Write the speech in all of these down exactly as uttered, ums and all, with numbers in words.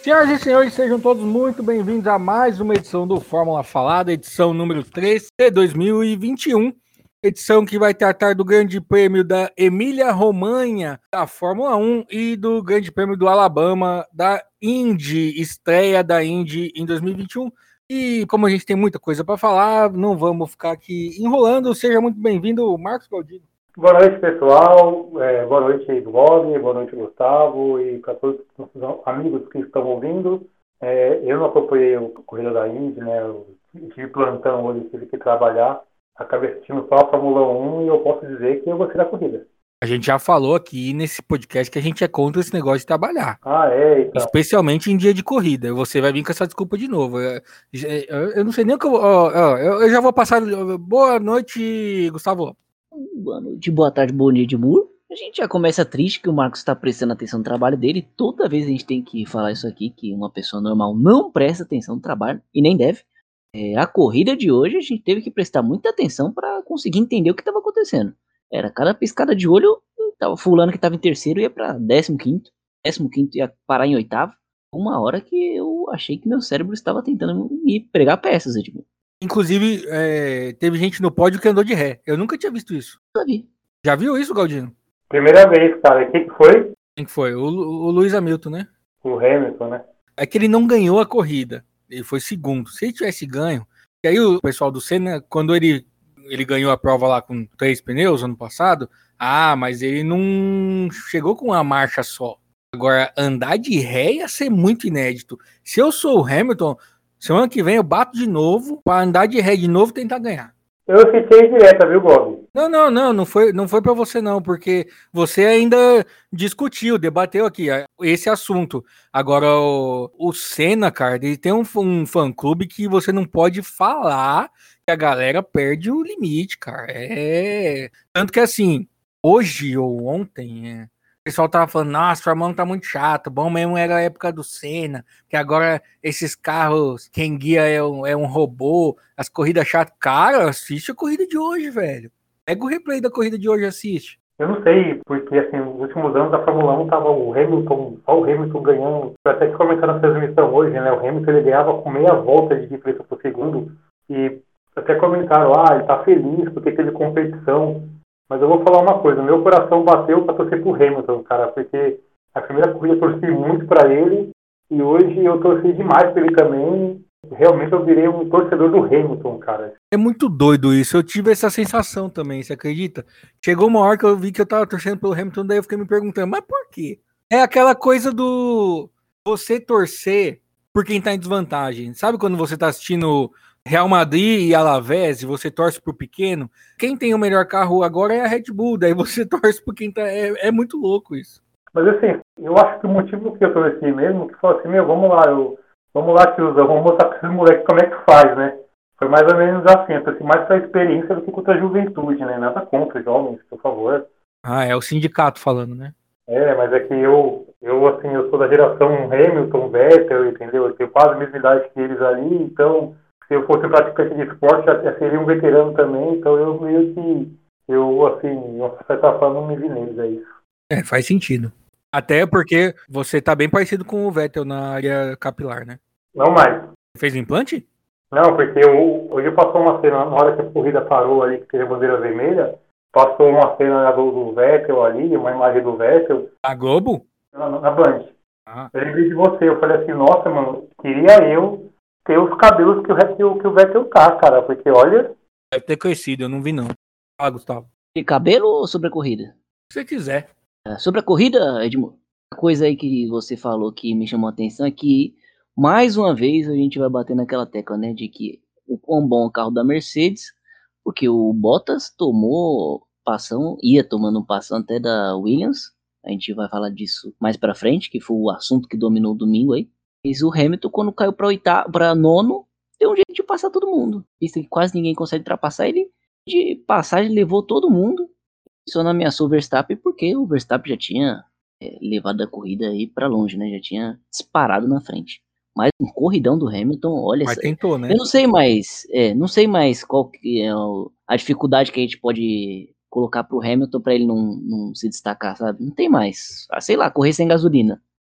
Senhoras e senhores, sejam todos muito bem-vindos a mais uma edição do Fórmula Falada, edição número três de dois mil e vinte e um, edição que vai tratar do Grande Prêmio da Emília-Romanha da Fórmula um e do Grande Prêmio do Alabama da Indy, estreia da Indy em dois mil e vinte e um. E como a gente tem muita coisa para falar, não vamos ficar aqui enrolando. Seja muito bem-vindo, Marcos Galdino. Boa noite, pessoal. É, boa noite aí do Bob, boa noite, Gustavo, e para todos os nossos amigos que estão ouvindo. É, eu não acompanhei a corrida da Indy, né? Eu tive plantão hoje, tive que trabalhar. Acabei assistindo só a Fórmula um e eu posso dizer que eu gostei da corrida. A gente já falou aqui nesse podcast que a gente é contra esse negócio de trabalhar. Ah, é? Então. Especialmente em dia de corrida. Você vai vir com essa desculpa de novo. Eu, eu, eu não sei nem o que eu, ó, ó, eu... Eu já vou passar... Boa noite, Gustavo. Boa noite, boa tarde, bom dia, Edmur. A gente já começa triste que o Marcos está prestando atenção no trabalho dele. Toda vez a gente tem que falar isso aqui, que uma pessoa normal não presta atenção no trabalho, e nem deve. É, a corrida de hoje a gente teve que prestar muita atenção para conseguir entender o que estava acontecendo. Era cada piscada de olho, tava fulano que estava em terceiro ia para décimo quinto, décimo quinto ia parar em oitavo. Uma hora que eu achei que meu cérebro estava tentando me pregar peças, Edmur. Inclusive, é, teve gente no pódio que andou de ré. Eu nunca tinha visto isso. Já vi. Já viu isso, Galdino? Primeira vez, cara. Quem que foi? Quem que foi? O, o Lewis Hamilton, né? O Hamilton, né? É que ele não ganhou a corrida. Ele foi segundo. Se ele tivesse ganho... E aí o pessoal do Senna, quando ele, ele ganhou a prova lá com três pneus ano passado, ah, mas ele não chegou com uma marcha só. Agora, andar de ré ia ser muito inédito. Se eu sou o Hamilton... Semana que vem eu bato de novo pra andar de ré de novo e tentar ganhar. Eu fiquei direta, viu, Bob? Não, não, não, não foi, não foi pra você não, porque você ainda discutiu, debateu aqui esse assunto. Agora, o, o Senna, cara, ele tem um, um fã-clube que você não pode falar que a galera perde o limite, cara. É... Tanto que assim, hoje ou ontem... É... O pessoal tava falando, nossa, o Fórmula um tá muito chato, bom mesmo era a época do Senna, que agora esses carros, quem guia é um, é um robô, as corridas chatas. Cara, assiste a corrida de hoje, velho. Pega o replay da corrida de hoje e assiste. Eu não sei, porque assim, nos últimos anos da Fórmula um tava o Hamilton, só o Hamilton ganhando. Eu até que comentando na transmissão hoje, né? O Hamilton ele ganhava com meia volta de diferença por segundo. E até comentaram, ah, ele tá feliz porque teve competição. Mas eu vou falar uma coisa, meu coração bateu para torcer pro Hamilton, cara, porque a primeira corrida eu torci muito para ele e hoje eu torci demais para ele também. Realmente eu virei um torcedor do Hamilton, cara. É muito doido isso, eu tive essa sensação também, você acredita? Chegou uma hora que eu vi que eu tava torcendo pelo Hamilton, daí eu fiquei me perguntando, mas por quê? É aquela coisa do você torcer por quem tá em desvantagem. Sabe quando você tá assistindo Real Madrid e Alavés, e você torce pro pequeno, quem tem o melhor carro agora é a Red Bull, daí você torce por quem tá... É, é muito louco isso. Mas assim, eu acho que o motivo que eu torci mesmo, que falou assim, meu, vamos lá, eu, vamos lá, tiozão, vamos mostrar pra esses moleques como é que faz, né? Foi mais ou menos assim, eu torci mais pra experiência do que contra a juventude, né? Nada contra jovens, por favor. Ah, é o sindicato falando, né? É, mas é que eu, eu assim, eu sou da geração Hamilton, Vettel, entendeu? Eu tenho quase a mesma idade que eles ali, então... Se eu fosse praticante de esporte, eu seria um veterano também, então eu meio que, eu, assim, de uma certa forma, não me vi neles, é isso. É, faz sentido. Até porque você tá bem parecido com o Vettel na área capilar, né? Não mais. Fez o implante? Não, porque eu, hoje passou uma cena, na hora que a corrida parou ali, que teve a bandeira vermelha, passou uma cena do, do Vettel ali, uma imagem do Vettel. A Globo? Na, na Band. Ah. Eu lembrei de você, eu falei assim, nossa, mano, queria eu... ter os cabelos que o, que, o, que o Vettel tá, cara, porque olha... Deve ter conhecido, eu não vi não. Fala, Gustavo. De cabelo ou sobre a corrida? Se você quiser. É, sobre a corrida, Edmur, a coisa aí que você falou que me chamou a atenção é que, mais uma vez, a gente vai bater naquela tecla, né, de que o quão bom o carro da Mercedes, porque o Bottas tomou passão, ia tomando passão até da Williams, a gente vai falar disso mais pra frente, que foi o assunto que dominou o domingo aí. Mas o Hamilton, quando caiu para oitavo, para nono, deu um jeito de passar todo mundo. Visto que quase ninguém consegue ultrapassar ele, de passagem levou todo mundo. Só não ameaçou o Verstappen porque o Verstappen já tinha é, levado a corrida aí para longe, né? Já tinha disparado na frente. Mas um corridão do Hamilton, olha... Mas essa... tentou, né? Eu não sei mais, é, não sei mais qual que é a dificuldade que a gente pode colocar pro Hamilton para ele não, não se destacar, sabe? Não tem mais. Ah, sei lá, correr sem gasolina.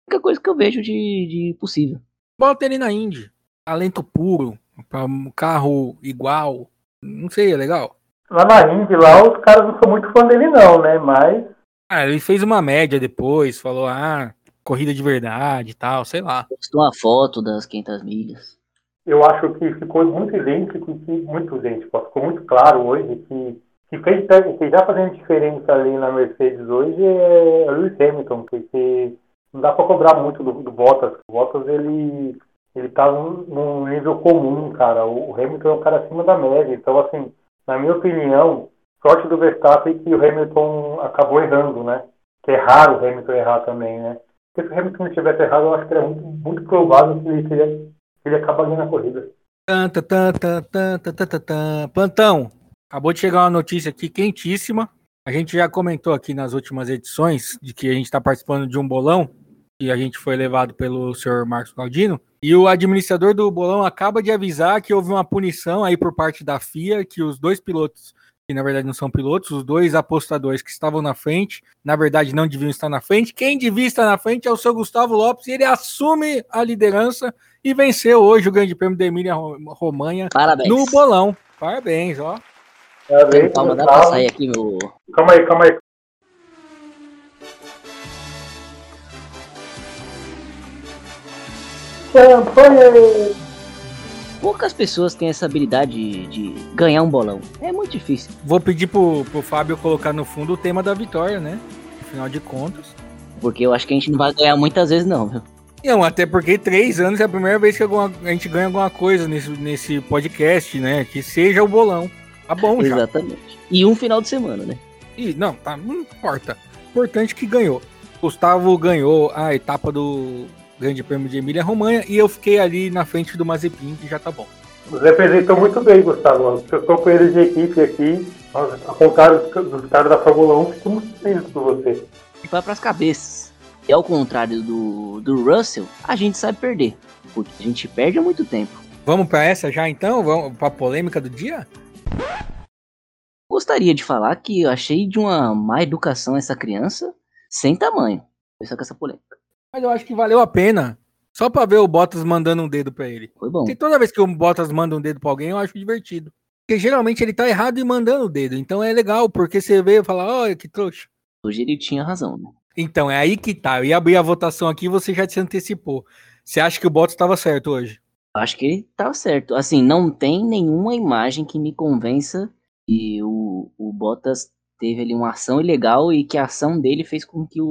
única coisa que eu vejo de, de possível. Bota ele na Indy. Talento puro, para um carro igual. Não sei, é legal. Lá na Indy, lá os caras não são muito fã dele não, né? Mas... Ah, ele fez uma média depois, falou, ah, corrida de verdade e tal, sei lá. Postou uma foto das quinhentas milhas. Eu acho que ficou muito idêntico, que, muito idêntico, ficou muito claro hoje que que fez, que já fazendo diferença ali na Mercedes hoje é o Lewis Hamilton, porque não dá para cobrar muito do, do Bottas. O Bottas, ele, ele tá num, num nível comum, cara. O, o Hamilton é um cara acima da média. Então, assim, na minha opinião, sorte do Verstappen que o Hamilton acabou errando, né? Que é raro o Hamilton errar também, né? Porque se o Hamilton não tivesse errado, eu acho que era muito, muito provável que ele, teria, que ele acaba ganhando a corrida. Tan, tan, tan, tan, tan, tan, tan, tan. Plantão. Acabou de chegar uma notícia aqui quentíssima. A gente já comentou aqui nas últimas edições de que a gente está participando de um bolão e a gente foi levado pelo senhor Marcos Galdino. E o administrador do bolão acaba de avisar que houve uma punição aí por parte da F I A, que os dois pilotos, que na verdade não são pilotos, os dois apostadores que estavam na frente, na verdade não deviam estar na frente. Quem devia estar na frente é o seu Gustavo Lopes e ele assume a liderança e venceu hoje o Grande Prêmio da Emília-Romanha no bolão. Parabéns, ó. Parabéns, calma, dá pra sair aqui, meu... Calma aí, calma aí. Poucas pessoas têm essa habilidade de, de ganhar um bolão. É muito difícil. Vou pedir pro, pro Fábio colocar no fundo o tema da vitória, né? Afinal de contas. Porque eu acho que a gente não vai ganhar muitas vezes, não, viu? Não, até porque três anos é a primeira vez que alguma, a gente ganha alguma coisa nesse, nesse podcast, né? Que seja o bolão. Tá bom já. Exatamente. E um final de semana, né? E não, tá, não importa. Importante que ganhou. Gustavo ganhou a etapa do Grande Prêmio de Emília-Romanha e eu fiquei ali na frente do Mazepin, que já tá bom. Você representou muito bem, Gustavo. Seus companheiros de equipe aqui, ao contrário dos caras da Fórmula um, ficam muito felizes por você. E vai pras cabeças. E ao contrário do, do Russell, a gente sabe perder. Porque a gente perde há muito tempo. Vamos pra essa já então? Vamos pra polêmica do dia? Gostaria de falar que eu achei de uma má educação essa criança sem tamanho. Só com essa polêmica. Mas eu acho que valeu a pena. Só pra ver o Bottas mandando um dedo pra ele. Foi bom. Porque toda vez que o Bottas manda um dedo pra alguém, eu acho divertido. Porque geralmente ele tá errado e mandando o dedo. Então é legal, porque você vê e fala, olha que trouxa. Hoje ele tinha razão, né? Então, é aí que tá. Eu ia abrir a votação aqui e você já se antecipou. Você acha que o Bottas estava certo hoje? Acho que ele tava certo. Assim, não tem nenhuma imagem que me convença que o, o Bottas teve ali uma ação ilegal e que a ação dele fez com que o,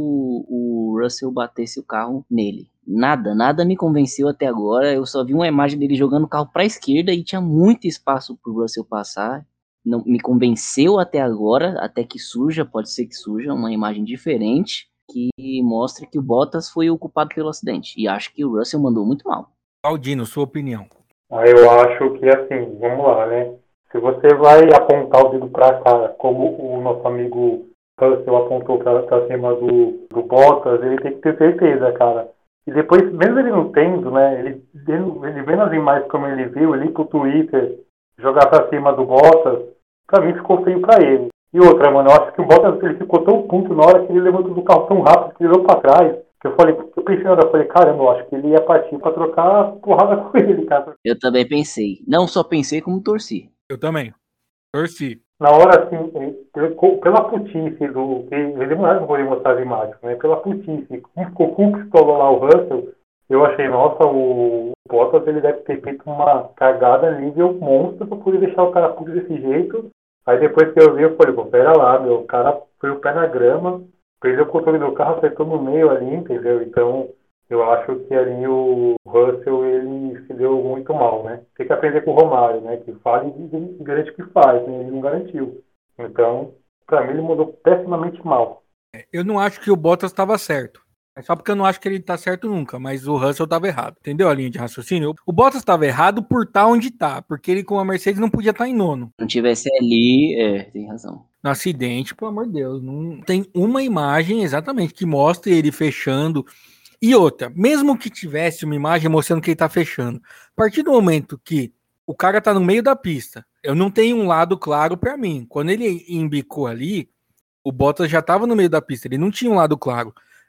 o Russell batesse o carro nele. Nada, nada me convenceu até agora. Eu só vi uma imagem dele jogando o carro para a esquerda e tinha muito espaço pro Russell passar. Não me convenceu até agora, até que surja, pode ser que surja uma imagem diferente que mostre que o Bottas foi o culpado pelo acidente. E acho que o Russell mandou muito mal. Aldino, sua opinião. Eu acho que assim, vamos lá, né? Se você vai apontar o dedo pra cara, como o nosso amigo Russell apontou pra, pra cima do, do Bottas, ele tem que ter certeza, cara. E depois, mesmo ele não tendo, né? Ele, ele vendo as imagens como ele viu, ele ir pro Twitter jogar pra cima do Bottas, pra mim ficou feio pra ele. E outra, mano, eu acho que o Bottas ele ficou tão puto na hora que ele levantou do carro tão rápido que ele olhou pra trás. Que eu falei, eu pensei na hora, eu falei, caramba, eu acho que ele ia partir pra trocar porrada com ele, cara. Eu também pensei. Não só pensei, como torci. Eu também. Torci. Na hora, assim, ele, pela putice do... Ele demorou pra mostrar as imagens, né? Pela putice, ficou com que estourou lá o Russell, eu achei, nossa, o Bottas ele deve ter feito uma cagada nível monstro pra poder deixar o cara puto desse jeito. Aí depois que eu vi, eu falei, pô, pera lá, meu, o cara foi o pé na grama, perdeu o controle do carro, acertou no meio ali, entendeu? Então, eu acho que ali o Russell, ele se deu muito mal, né? Tem que aprender com o Romário, né? Que fala e garante que faz, né? Ele não garantiu. Então, pra mim, ele mandou pessimamente mal. Eu não acho que o Bottas estava certo. É só porque eu não acho que ele tá certo nunca, mas o Russell tava errado. Entendeu a linha de raciocínio? O Bottas tava errado por estar tá onde tá, porque ele com a Mercedes não podia estar tá em nono. Se não tivesse ali, é, tem razão. No acidente, pelo amor de Deus, não tem uma imagem exatamente que mostre ele fechando. E outra, mesmo que tivesse uma imagem mostrando que ele tá fechando, a partir do momento que o cara tá no meio da pista, eu não tenho um lado claro para mim. Quando ele embicou ali, o Bottas já tava no meio da pista, ele não tinha um lado claro.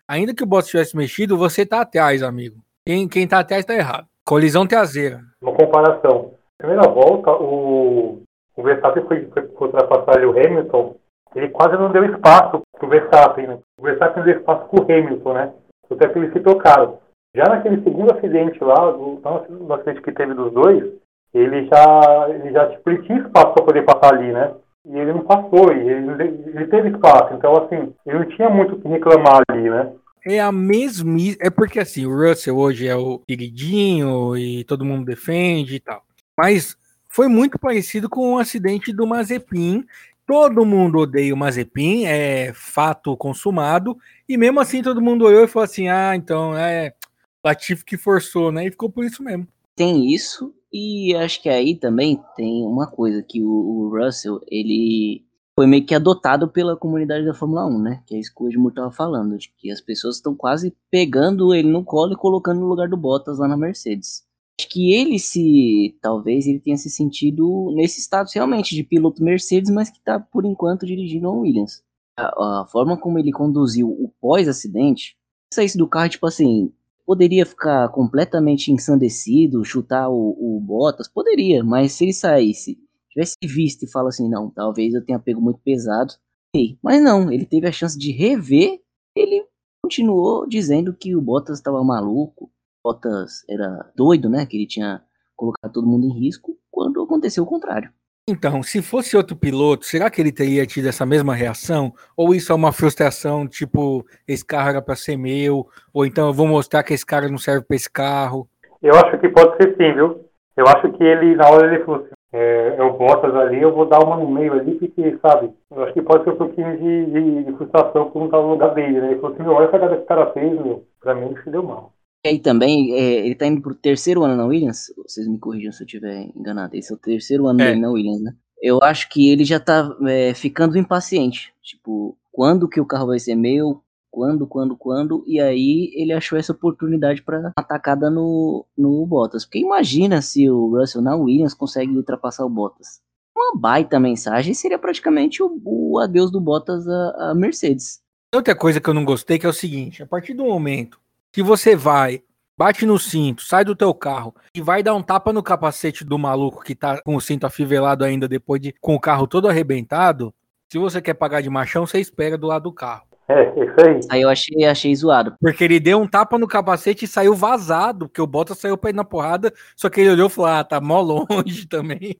ainda que o Bottas tivesse mexido, você tá atrás, amigo. Quem, quem tá atrás tá errado. Colisão traseira. Uma comparação. Primeira volta, o, o Verstappen foi, foi ultrapassar ali o Hamilton, ele quase não deu espaço pro Verstappen, né? O Verstappen deu espaço pro Hamilton, né? Até que eles se trocaram. Já naquele segundo acidente lá, do, no acidente que teve dos dois, ele já, ele já tipo, ele tinha espaço para poder passar ali, né? E ele não passou, e ele, ele teve espaço. Então, assim, ele não tinha muito o que reclamar ali, né? É a mesma. É porque assim, o Russell hoje é o queridinho e todo mundo defende e tal. Mas foi muito parecido com o acidente do Mazepin. Todo mundo odeia o Mazepin, é fato consumado. E mesmo assim todo mundo olhou e falou assim: ah, então é Latifi que forçou, né? E ficou por isso mesmo. Tem isso, e acho que aí também tem uma coisa, que o, o Russell, ele foi meio que adotado pela comunidade da Fórmula um, né? Que é isso que o Edmur tava falando, de que as pessoas estão quase pegando ele no colo e colocando no lugar do Bottas lá na Mercedes. Acho que ele se, talvez ele tenha se sentido nesse status realmente de piloto Mercedes, mas que tá por enquanto dirigindo a Williams. A, a forma como ele conduziu o pós-acidente, saísse do carro, tipo assim, poderia ficar completamente ensandecido, chutar o, o Bottas, poderia, mas se ele saísse, tivesse visto e fala assim, não, talvez eu tenha pego muito pesado, okay. Mas não, ele teve a chance de rever, ele continuou dizendo que o Bottas estava maluco, o Bottas era doido, né, que ele tinha colocado todo mundo em risco, quando aconteceu o contrário. Então, se fosse outro piloto, será que ele teria tido essa mesma reação? Ou isso é uma frustração, tipo, esse carro era para ser meu, ou então eu vou mostrar que esse cara não serve para esse carro? Eu acho que pode ser sim, viu? Eu acho que ele, na hora ele falou assim, é, eu Bottas ali, eu vou dar uma no meio ali, porque, sabe, eu acho que pode ser um pouquinho de, de, de frustração por não estar no lugar dele, né? Ele falou assim, meu, olha essa cara que o cara fez, meu, pra mim ele se deu mal. E aí também, é, ele tá indo pro terceiro ano na Williams, vocês me corrijam se eu estiver enganado, esse é o terceiro ano é. dele na Williams, né? Eu acho que ele já tá é, ficando impaciente, tipo, quando que o carro vai ser meu, quando, quando, quando, e aí ele achou essa oportunidade pra atacada no, no Bottas, porque imagina se o Russell na Williams consegue ultrapassar o Bottas. Uma baita mensagem, seria praticamente o, o adeus do Bottas à, à Mercedes. Outra coisa que eu não gostei que é o seguinte, a partir do momento que você vai, bate no cinto, sai do teu carro e vai dar um tapa no capacete do maluco que tá com o cinto afivelado ainda depois de com o carro todo arrebentado, se você quer pagar de machão, você espera do lado do carro. É, isso aí. Aí eu achei, achei zoado. Porque ele deu um tapa no capacete e saiu vazado, porque o Bottas saiu pra ir na porrada, só que ele olhou e falou, ah, tá mó longe também.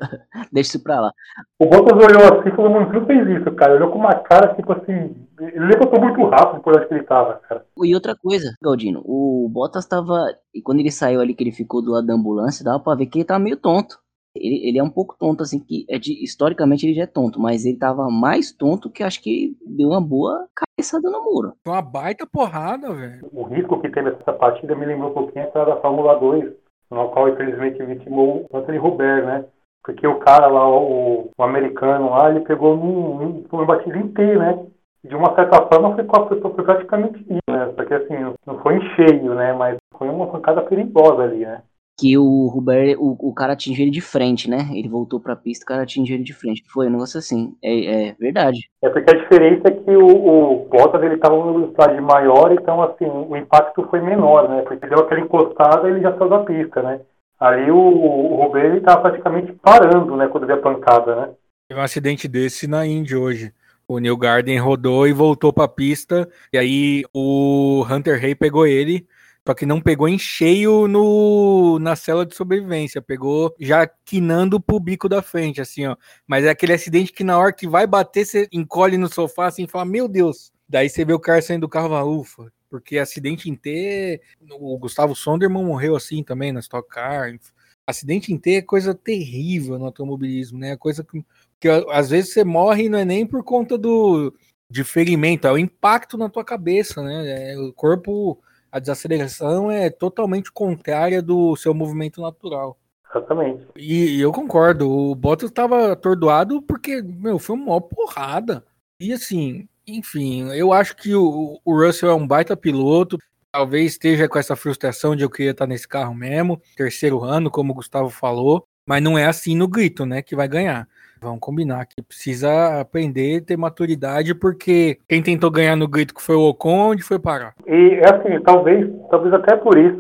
Deixa isso pra lá. O Bottas olhou assim e falou, mano, você não fez isso, cara. Olhou com uma cara, tipo assim, ele levantou muito rápido por onde que ele tava, cara. E outra coisa, Galdino, o Bottas tava, e quando ele saiu ali, que ele ficou do lado da ambulância, dava pra ver que ele tava meio tonto. Ele, ele é um pouco tonto, assim, que é de, historicamente ele já é tonto, mas ele tava mais tonto que acho que deu uma boa cabeçada no muro. Foi uma baita porrada, velho. O risco que teve essa partida me lembrou um pouquinho aquela da Fórmula dois, no qual infelizmente vitimou o Anthony Hubert, né? Porque o cara lá, o, o americano lá, ele pegou num, num, num batida inteira, né? De uma certa forma foi, foi, foi praticamente isso, né? Porque assim, não foi em cheio, né? Mas foi uma pancada perigosa ali, né? Que o Hubert, o, o cara atingiu ele de frente, né? Ele voltou pra pista, o cara atingiu ele de frente. Foi um negócio assim. É, é verdade. É porque a diferença é que o, o Bottas, ele tava numa velocidade maior, então assim, o impacto foi menor, né? Porque deu aquela encostada e ele já saiu da pista, né? Ali o, o Hubert, ele tava praticamente parando, né? Quando deu a pancada, né? Teve um acidente desse na Indy hoje. O Neil Garden rodou e voltou pra pista, e aí o Hunter Hay pegou ele, só que não pegou em cheio no, na cela de sobrevivência, pegou já quinando pro bico da frente, assim, ó. Mas é aquele acidente que na hora que vai bater, você encolhe no sofá, assim, e fala, meu Deus. Daí você vê o cara saindo do carro e fala, ufa, porque acidente em T, o Gustavo Sonderman morreu assim também na Stock Car. Acidente em T é coisa terrível no automobilismo, né? Coisa que, que às vezes você morre e não é nem por conta do de ferimento, é o impacto na tua cabeça, né? É, o corpo... A desaceleração é totalmente contrária do seu movimento natural. Exatamente. E, e eu concordo, o Bottas estava atordoado porque, meu, foi uma porrada. E assim, enfim, eu acho que o, o Russell é um baita piloto, talvez esteja com essa frustração de eu queria estar nesse carro mesmo, terceiro ano, como o Gustavo falou, Mas não é assim no grito, né, que vai ganhar. Vamos combinar que precisa aprender, ter maturidade, porque quem tentou ganhar no grito que foi o Ocon, onde foi parar? E assim, talvez, talvez até por isso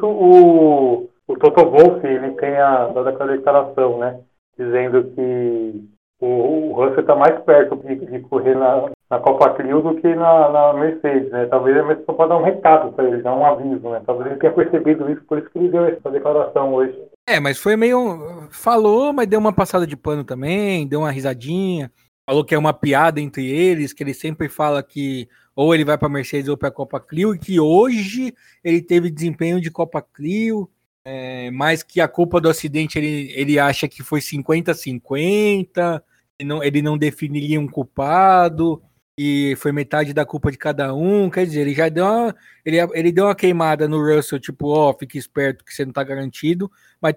o, o Toto Wolff ele tenha dado aquela declaração, né? Dizendo que o, o Russell está mais perto de, de correr na, na Copa Clio do que na, na Mercedes, né? Talvez ele mesmo só pode dar um recado para ele, dar um aviso, né? Talvez ele tenha percebido isso, por isso que ele deu essa declaração hoje. É, mas foi meio... Falou, mas deu uma passada de pano também, deu uma risadinha. Falou que é uma piada entre eles, que ele sempre fala que ou ele vai para Mercedes ou para a Copa Clio, e que hoje ele teve desempenho de Copa Clio, é, mas que a culpa do acidente ele, ele acha que foi cinquenta a cinquenta, ele não, ele não definiria um culpado, e foi metade da culpa de cada um. Quer dizer, ele já deu uma, ele, ele deu uma queimada no Russell, tipo, ó, oh, fique esperto que você não tá garantido, mas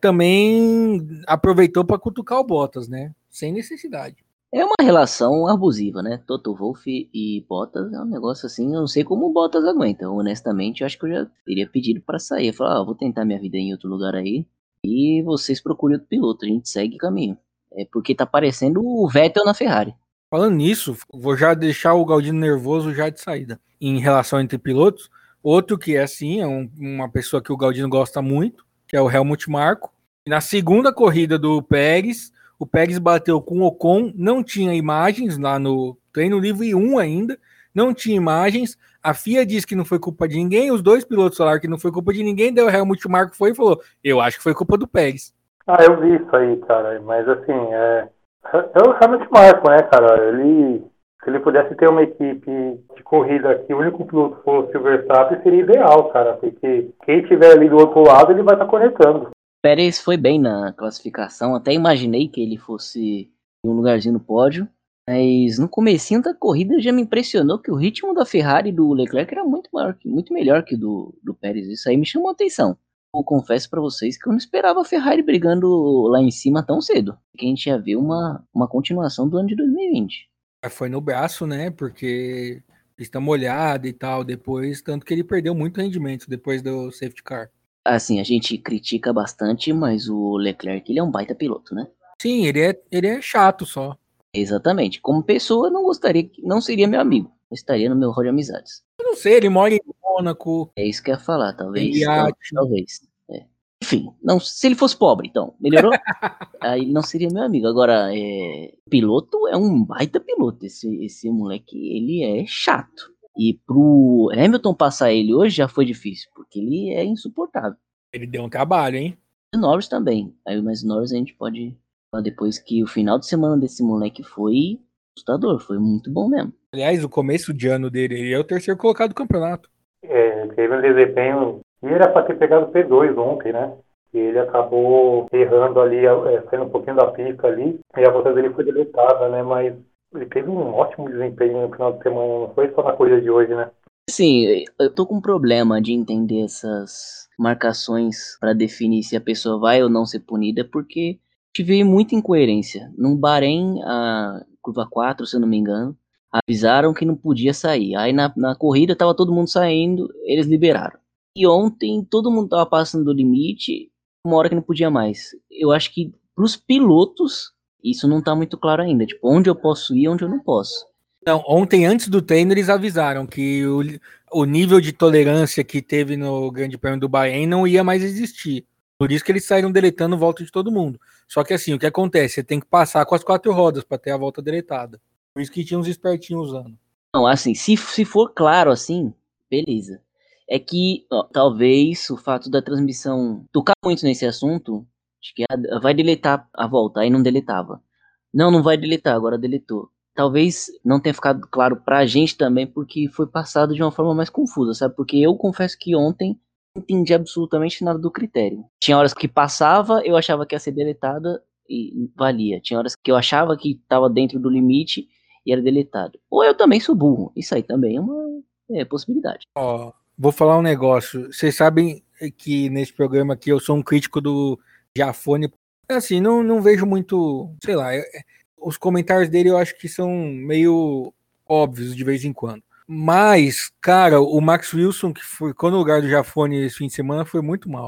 também aproveitou para cutucar o Bottas, né? Sem necessidade. É uma relação abusiva, né? Toto Wolff e Bottas é um negócio assim, eu não sei como o Bottas aguenta. Honestamente, eu acho que eu já teria pedido para sair. Eu falar, ah, vou tentar minha vida em outro lugar aí e vocês procurem outro piloto, a gente segue caminho. É porque tá parecendo o Vettel na Ferrari. Falando nisso, vou já deixar o Galdino nervoso já de saída. Em relação entre pilotos, outro que é assim, é um, uma pessoa que o Galdino gosta muito, que é o Helmut Marko. Na segunda corrida do Pérez, o Pérez bateu com o Ocon, não tinha imagens lá no treino livre um ainda, não tinha imagens. A F I A disse que não foi culpa de ninguém, os dois pilotos falaram que não foi culpa de ninguém, daí o Helmut Marko foi e falou, eu acho que foi culpa do Pérez. Ah, eu vi isso aí, cara, mas assim, é, é o Helmut Marko, né, cara, ele, se ele pudesse ter uma equipe de corrida que o único piloto fosse o Verstappen, seria ideal, cara, porque quem estiver ali do outro lado, ele vai estar tá conectando. Pérez foi bem na classificação, até imaginei que ele fosse em um lugarzinho no pódio, mas no comecinho da corrida já me impressionou que o ritmo da Ferrari e do Leclerc era muito maior, muito melhor que o do, do Pérez. Isso aí me chamou a atenção. Eu confesso para vocês que eu não esperava a Ferrari brigando lá em cima tão cedo, que a gente ia ver uma, uma continuação do ano de dois mil e vinte. Foi no braço, né, porque está molhado e tal, depois, tanto que ele perdeu muito rendimento depois do safety car. Assim, a gente critica bastante, mas o Leclerc, ele é um baita piloto, né? Sim, ele é, ele é chato só. Exatamente. Como pessoa, não gostaria, não seria meu amigo. Eu estaria no meu rol de amizades. Eu não sei, ele mora em Mônaco. É isso que eu ia falar, talvez. Ele Tal, talvez. É. Enfim, não, se ele fosse pobre, então, melhorou? Aí ele não seria meu amigo. Agora, é, piloto é um baita piloto. Esse, esse moleque, ele é chato. E pro Hamilton passar ele hoje já foi difícil, porque ele é insuportável. Ele deu um trabalho, hein? E o Norris também. Aí, mas o Norris a gente pode falar depois que o final de semana desse moleque foi assustador, foi muito bom mesmo. Aliás, o começo de ano dele, ele é o terceiro colocado do campeonato. É, teve um desempenho, e era para ter pegado o P dois ontem, né? E ele acabou errando ali, é, saindo um pouquinho da pista ali, e a volta dele foi deletada, né? Mas ele teve um ótimo desempenho no final de semana, não foi só na corrida de hoje, né? Sim, eu tô com um problema de entender essas marcações para definir se a pessoa vai ou não ser punida, porque tive muita incoerência. No Bahrein, a curva quatro, se eu não me engano, avisaram que não podia sair. Aí na, na corrida tava todo mundo saindo, eles liberaram. E ontem todo mundo tava passando do limite, uma hora que não podia mais. Eu acho que pros pilotos isso não tá muito claro ainda, tipo, onde eu posso ir e onde eu não posso. Não, ontem, antes do treino, eles avisaram que o, o nível de tolerância que teve no Grande Prêmio do Bahrein não ia mais existir. Por isso que eles saíram deletando volta de todo mundo. Só que assim, o que acontece? Você tem que passar com as quatro rodas para ter a volta deletada. Por isso que tinha uns espertinhos usando. Não, assim, se, se for claro assim, beleza. É que, ó, talvez o fato da transmissão tocar muito nesse assunto, acho que a, vai deletar a volta, aí não deletava. Não, não vai deletar, agora deletou. Talvez não tenha ficado claro pra gente também, porque foi passado de uma forma mais confusa, sabe? Porque eu confesso que ontem não entendi absolutamente nada do critério. Tinha horas que passava, eu achava que ia ser deletada e valia. Tinha horas que eu achava que estava dentro do limite e era deletado. Ou eu também sou burro. Isso aí também é uma é, possibilidade. Ó, vou falar um negócio. Vocês sabem que nesse programa aqui eu sou um crítico do Jafone. Assim, não, não vejo muito, sei lá, é, os comentários dele eu acho que são meio óbvios de vez em quando. Mas, cara, o Max Wilson, que ficou no lugar do Jafone esse fim de semana, foi muito mal.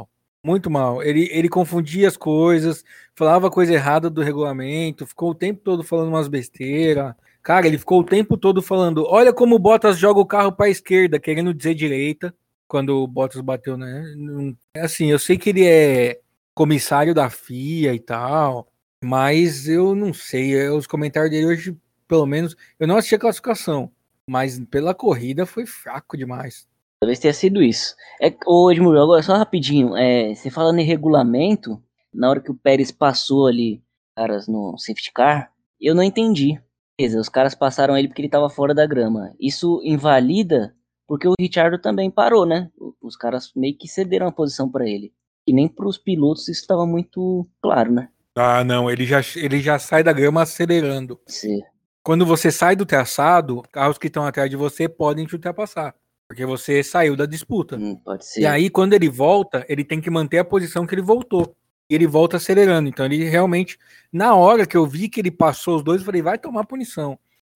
Muito mal. Ele, ele confundia as coisas, falava coisa errada do regulamento, ficou o tempo todo falando umas besteiras. Cara, ele ficou o tempo todo falando, olha como o Bottas joga o carro pra esquerda, querendo dizer direita, quando o Bottas bateu, né? Assim, eu sei que ele é comissário da F I A e tal, mas eu não sei, os comentários dele hoje, pelo menos, eu não assisti a classificação, mas pela corrida foi fraco demais. Talvez tenha sido isso. É, ô Edmundo, agora só rapidinho, é, você falando em regulamento, na hora que o Pérez passou ali, caras no safety car, eu não entendi. Beleza, os caras passaram ele porque ele estava fora da grama. Isso invalida porque o Ricciardo também parou, né? Os caras meio que cederam a posição para ele. E nem para os pilotos isso estava muito claro, né? Ah, não, ele já, ele já sai da grama acelerando. Sim. Quando você sai do traçado, carros que estão atrás de você podem te ultrapassar, porque você saiu da disputa. Hum, pode ser. E aí, quando ele volta, ele tem que manter a posição que ele voltou. E ele volta acelerando. Então, ele realmente, na hora que eu vi que ele passou os dois, eu falei, vai tomar punição,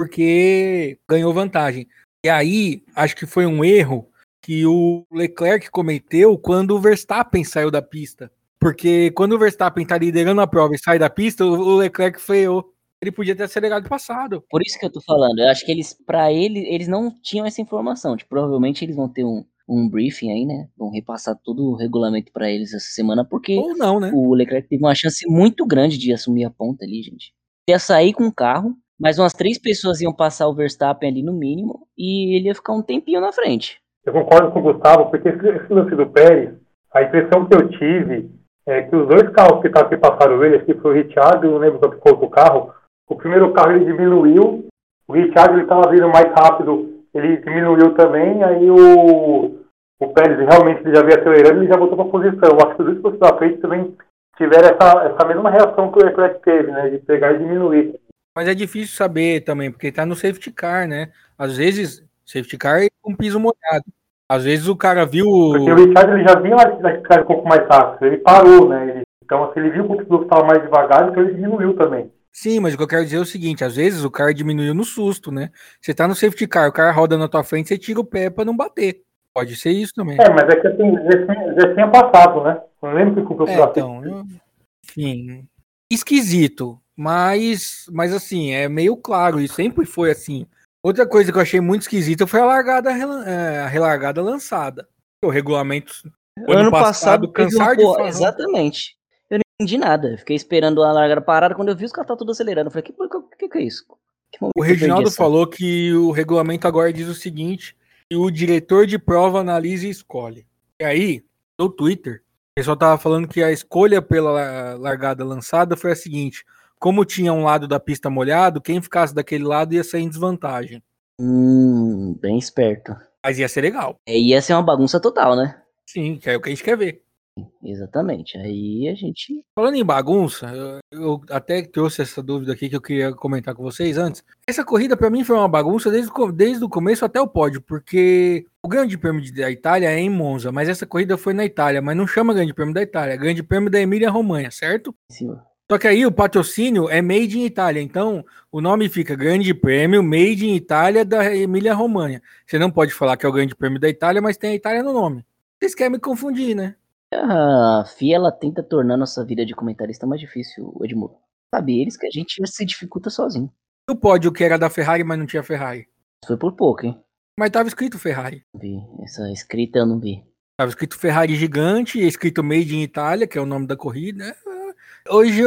porque ganhou vantagem. E aí, acho que foi um erro que o Leclerc cometeu quando o Verstappen saiu da pista. Porque quando o Verstappen tá liderando a prova e sai da pista, o Leclerc freou. Ele podia ter acelerado passado. Por isso que eu tô falando. Eu acho que eles, pra ele, eles não tinham essa informação. Tipo, provavelmente eles vão ter um, um briefing aí, né? Vão repassar todo o regulamento pra eles essa semana, porque Ou não, né? O Leclerc teve uma chance muito grande de assumir a ponta ali, gente. Ia sair com o carro, mas umas três pessoas iam passar o Verstappen ali no mínimo, e ele ia ficar um tempinho na frente. Eu concordo com o Gustavo, porque esse lance do Pérez, a impressão que eu tive é que os dois carros que, que passaram ele, aqui foi o Ricciardo, eu não lembro qual que foi o carro, o primeiro carro ele diminuiu, o Ricciardo ele estava vindo mais rápido, ele diminuiu também, aí o, o Pérez realmente ele já veio acelerando e já voltou para a posição. Eu acho que os dois pilotos da frente também tiveram essa, essa mesma reação que o Leclerc teve, né, de pegar e diminuir. Mas é difícil saber também, porque tá no safety car, né? Às vezes, safety car é um piso molhado. Às vezes o cara viu... Porque o Ricciardo ele já vinha lá um pouco mais rápido, ele parou, né? Ele, então, assim, ele viu que o piloto estava mais devagar, então ele diminuiu também. Sim, mas o que eu quero dizer é o seguinte, às vezes o cara diminuiu no susto, né? Você tá no safety car, o cara roda na tua frente, você tira o pé pra não bater. Pode ser isso também. É, mas é que assim, já, tinha, já tinha passado, né? Não lembro que o piloto é, então, eu... Enfim, esquisito, mas, mas assim, é meio claro, e sempre foi assim. Outra coisa que eu achei muito esquisita foi a largada, a relargada lançada. O regulamento o ano, ano passado, passado cansar um, de pô, falar. Exatamente. Eu não entendi nada. Eu fiquei esperando a largada parada. Quando eu vi os caras tá tudo acelerando, eu falei, que, que, que é isso? Que o Reginaldo falou que o regulamento agora diz o seguinte, que o diretor de prova analisa e escolhe. E aí, no Twitter, o pessoal tava falando que a escolha pela largada lançada foi a seguinte: como tinha um lado da pista molhado, quem ficasse daquele lado ia sair em desvantagem. Hum, bem esperto. Mas ia ser legal. É, ia ser uma bagunça total, né? Sim, que é o que a gente quer ver. Exatamente. Aí a gente... Falando em bagunça, eu, eu até trouxe essa dúvida aqui que eu queria comentar com vocês antes. Essa corrida pra mim foi uma bagunça desde, desde o começo até o pódio, porque o Grande Prêmio da Itália é em Monza, mas essa corrida foi na Itália, mas não chama Grande Prêmio da Itália, é Grande Prêmio da Emília-Romanha, certo? Sim. Só que aí o patrocínio é Made in Itália, então o nome fica Grande Prêmio Made in Itália da Emília-Romanha. Você não pode falar que é o Grande Prêmio da Itália, mas tem a Itália no nome. Vocês querem me confundir, né? A F I A, ela tenta tornar nossa vida de comentarista mais difícil, Edmundo. Sabe, eles que a gente já se dificulta sozinho. O pódio que era da Ferrari, mas não tinha Ferrari. Foi por pouco, hein? Mas tava escrito Ferrari. Vi. Essa escrita eu não vi. Tava escrito Ferrari gigante, escrito Made in Itália, que é o nome da corrida. Hoje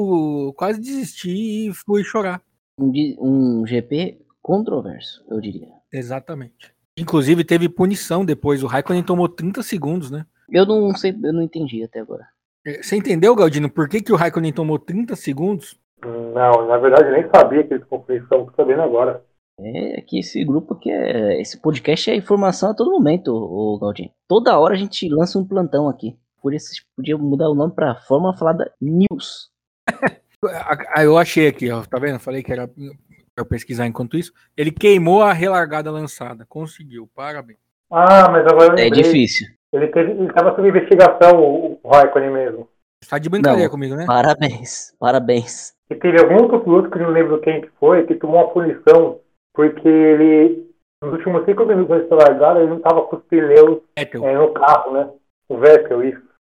eu quase desisti e fui chorar. Um, um G P controverso, eu diria. Exatamente. Inclusive teve punição depois. O Raikkonen tomou trinta segundos, né? Eu não sei, eu não entendi até agora. Você entendeu, Galdino, por que, que o Raikkonen tomou trinta segundos? Não, na verdade eu nem sabia que eles conflitam, tô sabendo agora. É que esse grupo aqui é. Esse podcast é informação a todo momento, o Galdino. Toda hora a gente lança um plantão aqui. Por isso vocês podiam mudar o nome pra Fórmula Falada News. Eu achei aqui, ó. Tá vendo? Falei que era pra eu pesquisar enquanto isso. Ele queimou a relargada lançada. Conseguiu, parabéns. Ah, mas agora eu lembrei. É difícil. Ele teve, ele estava sob investigação, o, o Raikkonen mesmo. Tá de brincadeira não, comigo, né? Parabéns, parabéns. E teve algum outro piloto que eu não lembro quem que foi, que tomou uma punição porque ele, nos últimos cinco minutos antes da largada, ele não estava com os pneus é, no carro, né? O Vettel, isso.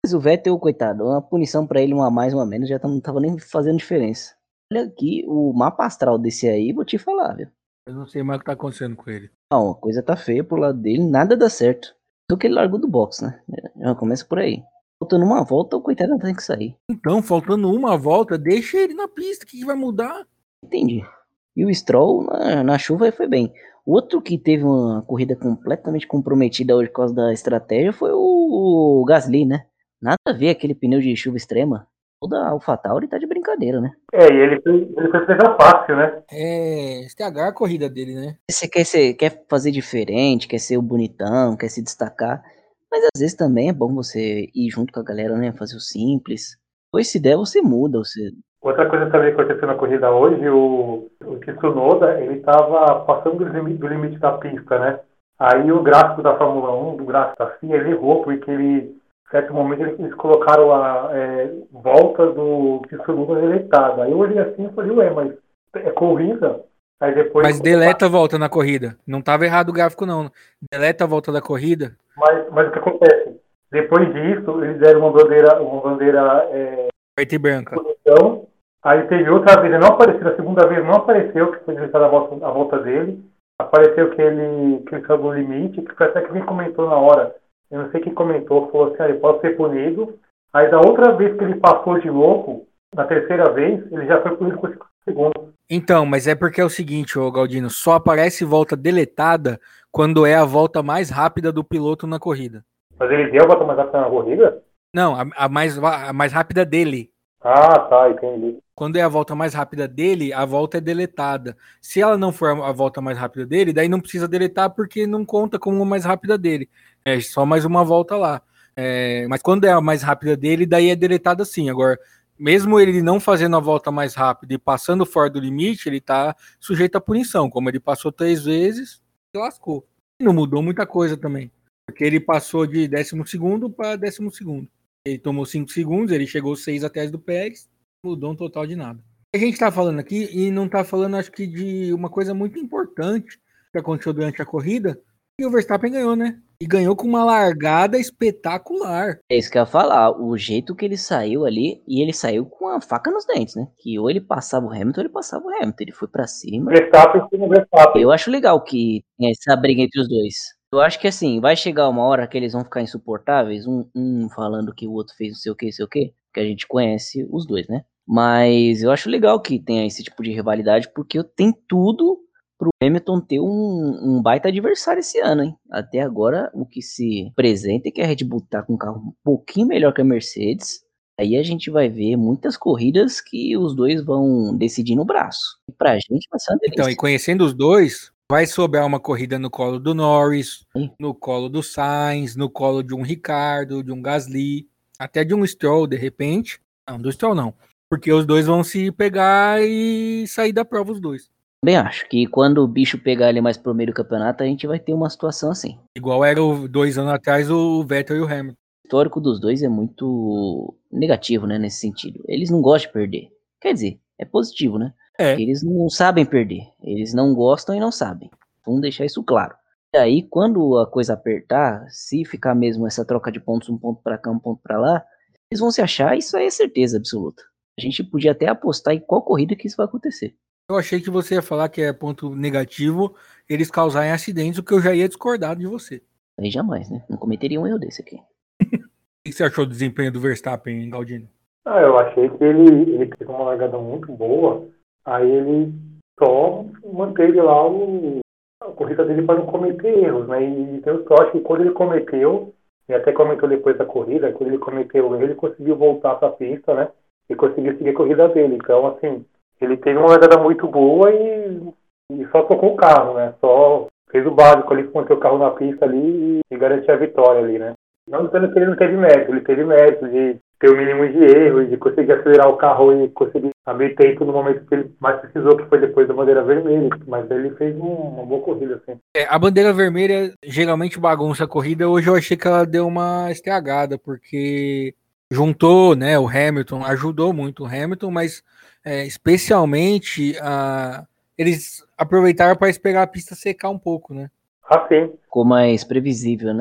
Mas o Vettel, coitado, uma punição pra ele, uma a mais, uma a menos, já não tava nem fazendo diferença. Olha aqui, o mapa astral desse aí, vou te falar, viu? Eu não sei mais o que tá acontecendo com ele. Não, a coisa tá feia pro lado dele, nada dá certo. Do que ele largou do box, né? Já começa por aí. Faltando uma volta, o coitado tem que sair. Então, faltando uma volta, deixa ele na pista, o que, que vai mudar? Entendi. E o Stroll, na, na chuva, foi bem. Outro que teve uma corrida completamente comprometida hoje por causa da estratégia foi o, o Gasly, né? Nada a ver aquele pneu de chuva extrema. Toda a AlphaTauri tá de brincadeira, né? É, e ele fez, ele fez pegar fácil, né? É, estragar a corrida dele, né? Você quer, ser, quer fazer diferente, quer ser o bonitão, quer se destacar. Mas às vezes também é bom você ir junto com a galera, né? Fazer o simples. Pois se der, você muda. Você... Outra coisa também que aconteceu na corrida hoje, o, o Tsunoda, ele estava passando do limite, do limite da pista, né? Aí o gráfico da Fórmula um, do gráfico da F I A, ele errou, porque ele, em certo momento eles colocaram a é, volta do Tsunoda deletada. Aí eu olhei assim e falei, ué, mas é corrida? Aí depois, mas deleta a volta na corrida. Não tava errado o gráfico, não. Deleta a volta da corrida. Mas, mas o que acontece? Depois disso, eles deram uma bandeira, uma bandeira é, preta e branca. Posição. Aí teve outra vez, não apareceu, a segunda vez não apareceu, que foi deletada a volta, a volta dele. Apareceu que ele, que ele saiu do limite, que foi até que quem comentou na hora. Eu não sei quem comentou, falou assim, ah, ele pode ser punido. Aí da outra vez que ele passou de louco, na terceira vez, ele já foi punido com cinco segundos. Então, mas é porque é o seguinte, ô Galdino, só aparece volta deletada quando é a volta mais rápida do piloto na corrida. Mas ele deu a volta mais rápida na corrida? Não, a, a, mais, a mais rápida dele. Ah, tá, entendi. Quando é a volta mais rápida dele, a volta é deletada. Se ela não for a volta mais rápida dele, daí não precisa deletar porque não conta como a mais rápida dele. É só mais uma volta lá. É, mas quando é a mais rápida dele, daí é deletada sim. Agora, mesmo ele não fazendo a volta mais rápida e passando fora do limite, ele tá sujeito à punição. Como ele passou três vezes, se lascou. E não mudou muita coisa também. Porque ele passou de décimo segundo para décimo segundo. Ele tomou cinco segundos, ele chegou seis atrás do Pérez, mudou um total de nada. A gente tá falando aqui e não tá falando, acho que, de uma coisa muito importante que aconteceu durante a corrida, e o Verstappen ganhou, né? E ganhou com uma largada espetacular. É isso que eu ia falar, o jeito que ele saiu ali, e ele saiu com a faca nos dentes, né? Que ou ele passava o Hamilton, ou ele passava o Hamilton, ele foi pra cima. Verstappen em cima do Verstappen. Eu acho legal que tem essa briga entre os dois. Eu acho que assim, vai chegar uma hora que eles vão ficar insuportáveis, um, um falando que o outro fez não sei o que, não sei o que, que a gente conhece os dois, né? Mas eu acho legal que tenha esse tipo de rivalidade, porque tem tudo pro Hamilton ter um, um baita adversário esse ano, hein? Até agora, o que se apresenta é que a Red Bull tá com um carro um pouquinho melhor que a Mercedes. Aí a gente vai ver muitas corridas que os dois vão decidir no braço. E pra gente vai ser uma delícia. Então, e conhecendo os dois, vai sobrar uma corrida no colo do Norris, Sim. no colo do Sainz, no colo de um Ricardo, de um Gasly, até de um Stroll, de repente. Não, do Stroll não. Porque os dois vão se pegar e sair da prova os dois. Bem, acho que quando o bicho pegar ali mais pro meio do campeonato, a gente vai ter uma situação assim. Igual era o, dois anos atrás o Vettel e o Hamilton. O histórico dos dois é muito negativo, né, nesse sentido. Eles não gostam de perder. Quer dizer, é positivo, né? É. Eles não sabem perder. Eles não gostam e não sabem. Vamos deixar isso claro. E aí, quando a coisa apertar, se ficar mesmo essa troca de pontos, um ponto pra cá, um ponto pra lá, eles vão se achar, isso aí é certeza absoluta. A gente podia até apostar em qual corrida que isso vai acontecer. Eu achei que você ia falar que é ponto negativo eles causarem acidentes, o que eu já ia discordar de você. Aí jamais, né? Não cometeria um erro desse aqui. O que você achou do desempenho do Verstappen, Galdino? Ah, eu achei que ele, ele teve uma largada muito boa, aí ele só manteve lá o, a corrida dele para não cometer erros, né? E eu acho que quando ele cometeu, e até comentou depois da corrida, quando ele cometeu ele conseguiu voltar para a pista, né? E conseguiu seguir a corrida dele. Então, assim, ele teve uma largada muito boa e, e só tocou o carro, né? Só fez o básico ali, manter o carro na pista ali e garantir a vitória ali, né? Não dizendo que ele não teve mérito, ele teve mérito de ter o mínimo de erro, de conseguir acelerar o carro e conseguir abrir tempo no momento que ele mais precisou, que foi depois da bandeira vermelha. Mas ele fez um, uma boa corrida, assim. É, a bandeira vermelha geralmente bagunça a corrida. Hoje eu achei que ela deu uma estragada, porque juntou, né, o Hamilton, ajudou muito o Hamilton, mas é, especialmente a, eles aproveitaram para esperar a pista secar um pouco, né? Ah, sim. Ficou mais previsível, né?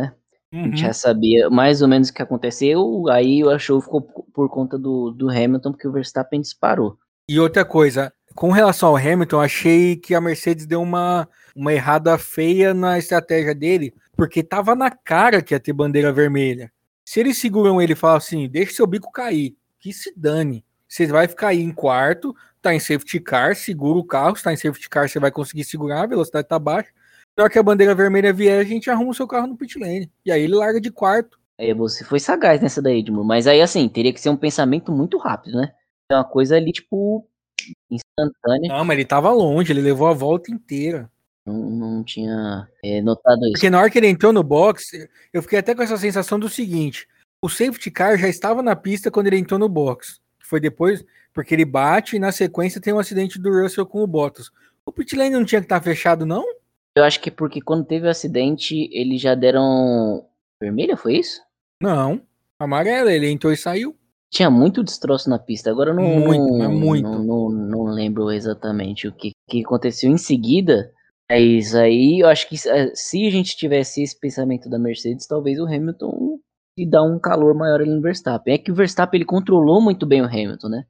A gente já sabia mais ou menos o que aconteceu, aí o show ficou por conta do, do Hamilton, porque o Verstappen disparou. E outra coisa, com relação ao Hamilton, achei que a Mercedes deu uma, uma errada feia na estratégia dele, porque tava na cara que ia ter bandeira vermelha. Se eles seguram ele e falam assim, deixa seu bico cair, que se dane. Você vai ficar aí em quarto, tá em safety car, segura o carro, se tá em safety car você vai conseguir segurar, a velocidade tá baixa. Na hora que a bandeira vermelha vier, a gente arruma o seu carro no pit lane. E aí ele larga de quarto. É, você foi sagaz nessa daí, Edmur. Mas aí, assim, teria que ser um pensamento muito rápido, né? É uma coisa ali, tipo, instantânea. Não, mas ele tava longe, ele levou a volta inteira. Não, não tinha é, notado isso. Porque na hora que ele entrou no box, eu fiquei até com essa sensação do seguinte: o safety car já estava na pista quando ele entrou no box. Foi depois, porque ele bate e na sequência tem um acidente do Russell com o Bottas. O pit lane não tinha que estar fechado, não? Eu acho que porque quando teve o acidente, eles já deram vermelha, foi isso? Não, amarela, ele entrou e saiu. Tinha muito destroço na pista, agora eu não, Muito, mas não, muito. não, não, não lembro exatamente o que, que aconteceu em seguida. Mas aí eu acho que se a gente tivesse esse pensamento da Mercedes, talvez o Hamilton lhe dá um calor maior ali no Verstappen. É que o Verstappen ele controlou muito bem o Hamilton, né?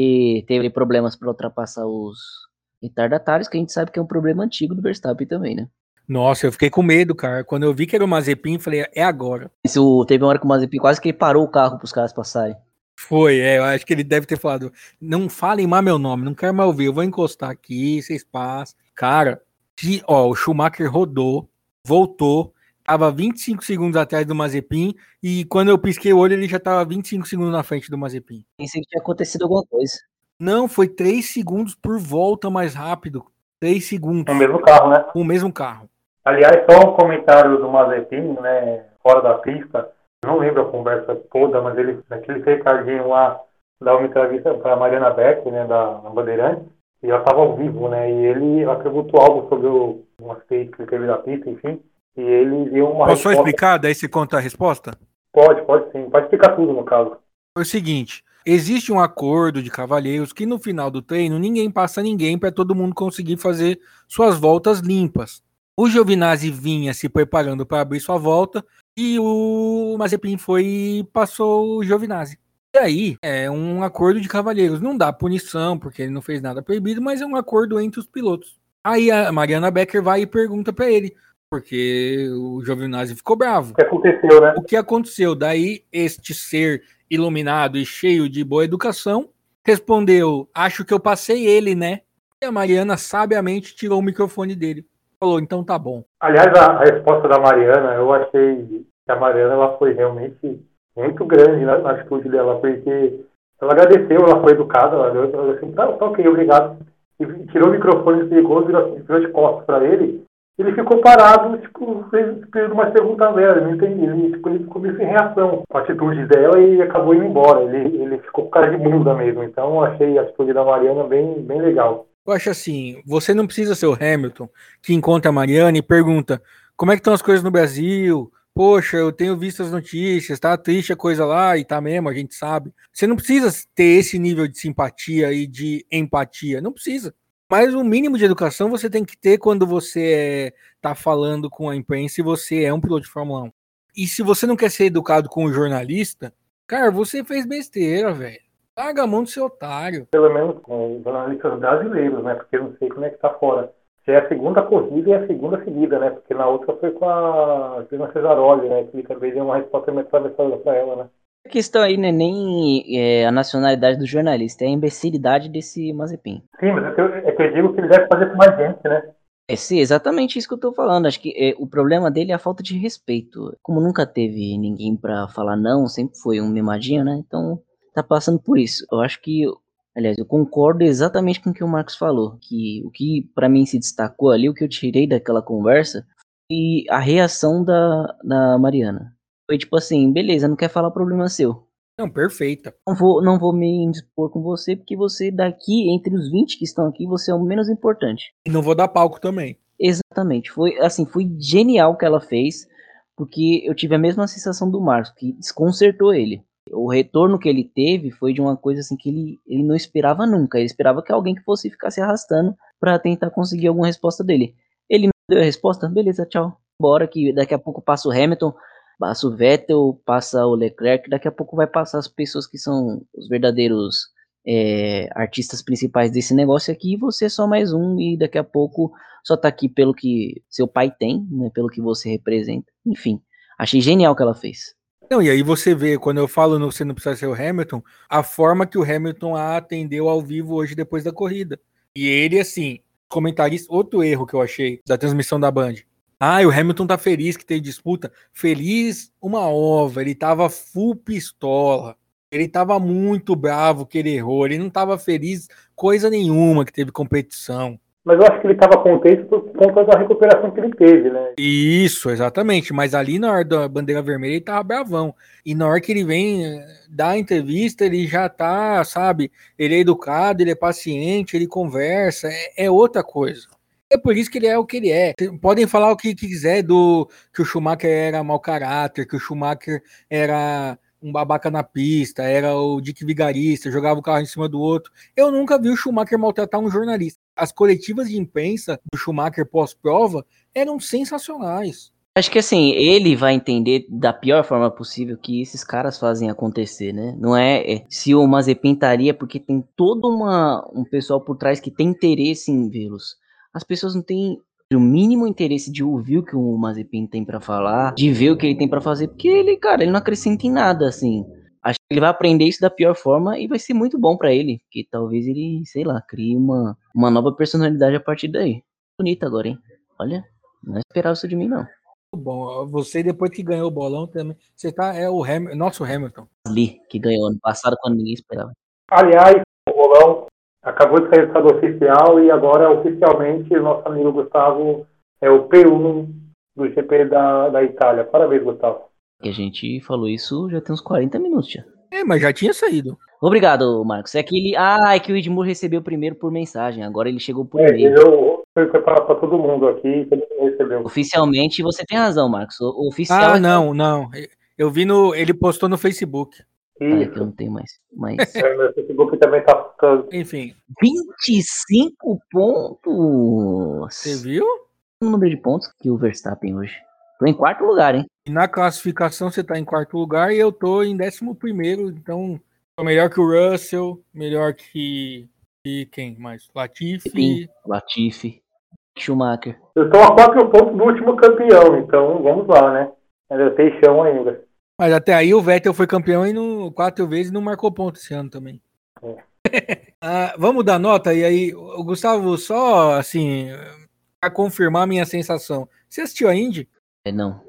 E teve problemas para ultrapassar os retardatários, que a gente sabe que é um problema antigo do Verstappen também, né? Nossa, eu fiquei com medo, cara. Quando eu vi que era o Mazepin, falei, é agora. Isso, teve uma hora que o Mazepin quase que ele parou o carro para os caras passarem. Foi, é, eu acho que ele deve ter falado, não falem mais meu nome, não quero mais ouvir, eu vou encostar aqui, vocês passam. Cara, que, ó, o Schumacher rodou, voltou, tava vinte e cinco segundos atrás do Mazepin, e quando eu pisquei o olho, ele já tava vinte e cinco segundos na frente do Mazepin. Pensei que tinha acontecido alguma coisa. Não, foi três segundos por volta mais rápido. três segundos. O mesmo carro, né? O mesmo carro. Aliás, só um comentário do Mazepin, né, fora da pista. Não lembro a conversa toda, mas ele, naquele recadinho lá, dá uma entrevista para a Mariana Beck, né, da, da Bandeirantes, e ela estava ao vivo, né, e ele ela perguntou algo sobre o, um acidente que ele teve na pista, enfim, e ele deu uma Posso resposta... só explicar? Daí você conta a resposta? Pode, pode sim. Pode explicar tudo, no caso. Foi o seguinte, existe um acordo de cavalheiros que no final do treino ninguém passa ninguém para todo mundo conseguir fazer suas voltas limpas. O Giovinazzi vinha se preparando para abrir sua volta e o Mazepin foi e passou o Giovinazzi. E aí é um acordo de cavalheiros. Não dá punição porque ele não fez nada proibido, mas é um acordo entre os pilotos. Aí a Mariana Becker vai e pergunta para ele, porque o Giovinazzi ficou bravo. O que aconteceu, né? O que aconteceu? Daí este ser iluminado e cheio de boa educação respondeu, acho que eu passei ele, né? E a Mariana sabiamente tirou o microfone dele. Falou, então tá bom. Aliás, a, a resposta da Mariana, eu achei que a Mariana ela foi realmente muito grande na, na atitude dela, porque ela agradeceu, ela foi educada, ela deu, ela disse assim, tá, tá ok, obrigado. E tirou o microfone, desligou, virou, virou de costas para ele. Ele ficou parado, tipo, fez uma pergunta velha, não entendi. Ele, tipo, ele ficou meio sem reação com a atitude dela e acabou indo embora. Ele, ele ficou com cara de bunda mesmo. Então, eu achei a atitude da Mariana bem, bem legal. Eu acho assim, você não precisa ser o Hamilton que encontra a Mariana e pergunta como é que estão as coisas no Brasil? Poxa, eu tenho visto as notícias, tá triste a coisa lá e tá mesmo, a gente sabe. Você não precisa ter esse nível de simpatia e de empatia, não precisa. Mas o mínimo de educação você tem que ter quando você está falando com a imprensa e você é um piloto de Fórmula um. E se você não quer ser educado com o jornalista, cara, você fez besteira, velho. Larga a mão do seu otário. Pelo menos com os jornalistas brasileiros, né? Porque eu não sei como é que tá fora. Já é a segunda corrida e a segunda seguida, né? Porque na outra foi com a Cristina Cesaroli, né? Que talvez deu uma resposta meio atravessada para ela, né? A questão aí não é nem é, a nacionalidade do jornalista, é a imbecilidade desse Mazepin. Sim, mas é que, eu, é que eu digo que ele deve fazer com mais gente, né? É sim, exatamente isso que eu tô falando. Acho que é, o problema dele é a falta de respeito. Como nunca teve ninguém pra falar não, sempre foi um mimadinho, né? Então tá passando por isso. Eu acho que, aliás, eu concordo exatamente com o que o Marcos falou. Que o que pra mim se destacou ali, o que eu tirei daquela conversa, foi a reação da, da Mariana. Foi tipo assim, beleza, não quer falar problema seu. Não, perfeita. Não vou, não vou me indispor com você, porque você daqui, entre os vinte que estão aqui, você é o menos importante. E não vou dar palco também. Exatamente. Foi assim, foi genial o que ela fez, porque eu tive a mesma sensação do Marcos, que desconcertou ele. O retorno que ele teve foi de uma coisa assim que ele, ele não esperava nunca. Ele esperava que alguém que fosse ficar se arrastando para tentar conseguir alguma resposta dele. Ele me deu a resposta, beleza, tchau. Bora que daqui a pouco passa o Hamilton. Passa o Vettel, passa o Leclerc, daqui a pouco vai passar as pessoas que são os verdadeiros é, artistas principais desse negócio aqui, e você é só mais um, e daqui a pouco só tá aqui pelo que seu pai tem, né, pelo que você representa. Enfim, achei genial o que ela fez. Não, e aí você vê, quando eu falo no Você Não Precisa Ser o Hamilton, a forma que o Hamilton a atendeu ao vivo hoje depois da corrida. E ele, assim, comentarista, outro erro que eu achei da transmissão da Band. Ah, o Hamilton tá feliz que teve disputa. Feliz uma ova, ele tava full pistola. Ele tava muito bravo que ele errou. Ele não tava feliz coisa nenhuma que teve competição. Mas eu acho que ele estava contente por conta da recuperação que ele teve, né? Isso, exatamente. Mas ali na hora da bandeira vermelha ele tava bravão. E na hora que ele vem dar a entrevista, ele já tá, sabe? Ele é educado, ele é paciente, ele conversa. É, é outra coisa. É por isso que ele é o que ele é. Podem falar o que quiser do que o Schumacher era mau caráter, que o Schumacher era um babaca na pista, era o Dick Vigarista, jogava o carro em cima do outro. Eu nunca vi o Schumacher maltratar um jornalista. As coletivas de imprensa do Schumacher pós-prova eram sensacionais. Acho que assim, ele vai entender da pior forma possível que esses caras fazem acontecer, né? Não é, é se o Mazepin estaria porque tem todo uma, um pessoal por trás que tem interesse em vê-los. As pessoas não têm o mínimo interesse de ouvir o que o Mazepin tem pra falar, de ver o que ele tem pra fazer, porque ele, cara, ele não acrescenta em nada, assim. Acho que ele vai aprender isso da pior forma e vai ser muito bom pra ele, porque talvez ele, sei lá, crie uma, uma nova personalidade a partir daí. Bonito agora, hein? Olha, não esperava isso de mim, não. Bom, você depois que ganhou o bolão também, você tá, é o Ham, nosso Hamilton. Lee, que ganhou ano passado quando ninguém esperava. Aliás, o bolão acabou de sair o resultado oficial e agora oficialmente o nosso amigo Gustavo é o P um do G P da, da Itália. Parabéns, Gustavo. Que a gente falou isso já tem uns quarenta minutos já. É, mas já tinha saído. Obrigado, Marcos. É que ele. Ah, é que o Edmur recebeu primeiro por mensagem. Agora ele chegou por É, e-mail. eu fui preparar para todo mundo aqui, todo mundo recebeu. Oficialmente, você tem razão, Marcos. O oficial. Ah, é não, não. Eu vi no. Ele postou no Facebook. Ah, é que eu não tenho mais. Mas... é, meu Facebook também tá ficando. Enfim. vinte e cinco pontos. Você viu? O número de pontos que o Verstappen hoje. Tô em quarto lugar, hein? E na classificação você tá em quarto lugar e eu tô em décimo primeiro, então tô melhor que o Russell, melhor que, que quem mais? Latifi. Sim, Latifi, Schumacher. Eu tô a quatro pontos do último campeão, então vamos lá, né? Ainda tem chão ainda. Mas até aí o Vettel foi campeão e no, quatro vezes não marcou ponto esse ano também. É. ah, vamos dar nota e aí, o Gustavo, só assim, pra confirmar a minha sensação. Você assistiu a Indy? É, não.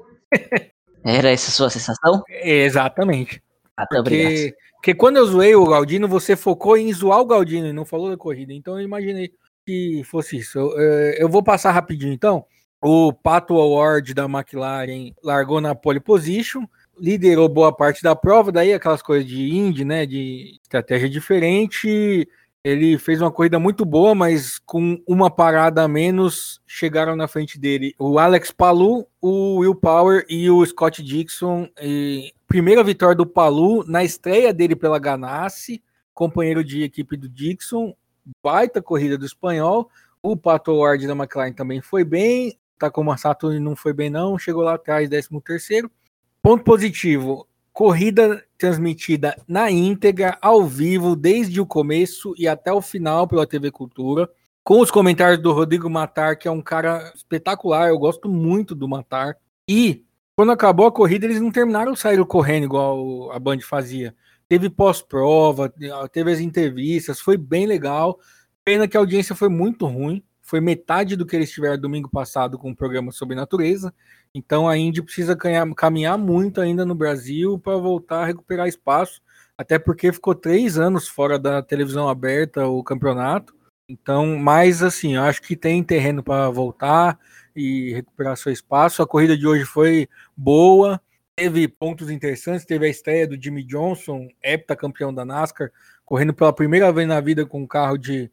Era essa a sua sensação? É, exatamente. Ah, tá, porque, obrigado. porque quando eu zoei o Galdino, você focou em zoar o Galdino e não falou da corrida. Então eu imaginei que fosse isso. Eu, eu vou passar rapidinho então. O Pato Award da McLaren largou na pole position, liderou boa parte da prova, daí aquelas coisas de Indy, né, de estratégia diferente. Ele fez uma corrida muito boa, mas com uma parada a menos, chegaram na frente dele o Alex Palou, o Will Power e o Scott Dixon. E primeira vitória do Palou na estreia dele pela Ganassi, companheiro de equipe do Dixon. Baita corrida do espanhol. O Pato Ward da McLaren também foi bem. Takuma Sato não foi bem não, chegou lá atrás, décimo terceiro. Ponto positivo. Corrida transmitida na íntegra, ao vivo, desde o começo e até o final pela T V Cultura, com os comentários do Rodrigo Matar, que é um cara espetacular, eu gosto muito do Matar. E, quando acabou a corrida, eles não terminaram, saíram correndo igual a Band fazia. Teve pós-prova, teve as entrevistas, foi bem legal. Pena que a audiência foi muito ruim, foi metade do que eles tiveram domingo passado com o programa sobre natureza. Então a Indy precisa caminhar muito ainda no Brasil para voltar a recuperar espaço, até porque ficou três anos fora da televisão aberta o campeonato. Então, mas assim, eu acho que tem terreno para voltar e recuperar seu espaço. A corrida de hoje foi boa, teve pontos interessantes, teve a estreia do Jimmy Johnson, heptacampeão da NASCAR, correndo pela primeira vez na vida com um carro de,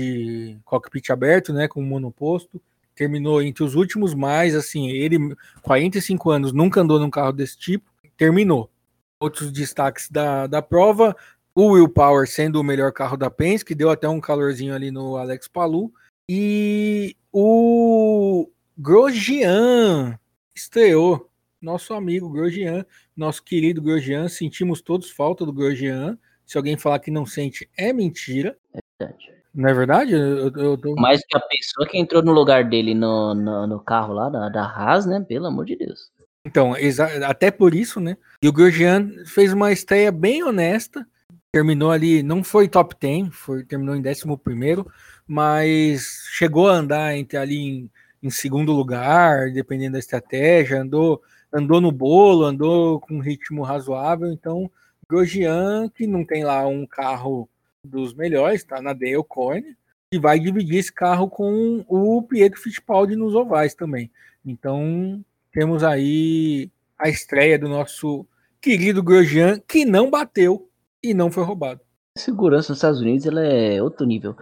de cockpit aberto, né, com monoposto. Terminou entre os últimos, mas assim, ele, quarenta e cinco anos, nunca andou num carro desse tipo, terminou. Outros destaques da, da prova, o Will Power sendo o melhor carro da Penske, deu até um calorzinho ali no Alex Palou, e o Grosjean estreou. nosso amigo Grosjean, nosso querido Grosjean. Sentimos todos falta do Grosjean. Se alguém falar que não sente, é mentira. É verdade. Não é verdade? Eu, eu tô... Mais que a pessoa que entrou no lugar dele no, no, no carro lá da, da Haas, né? Pelo amor de Deus. Então, até por isso, né? E o Grosjean fez uma estreia bem honesta. Terminou ali, não foi top dez, foi, terminou em décimo primeiro, mas chegou a andar entre ali em, em segundo lugar, dependendo da estratégia, andou, andou no bolo, andou com um ritmo razoável. Então, Grosjean, que não tem lá um carro dos melhores, tá na Dale Coyne, e vai dividir esse carro com o Pietro Fittipaldi nos ovais também. Então, temos aí a estreia do nosso querido Grosjean, que não bateu e não foi roubado. A segurança nos Estados Unidos ela é outro nível.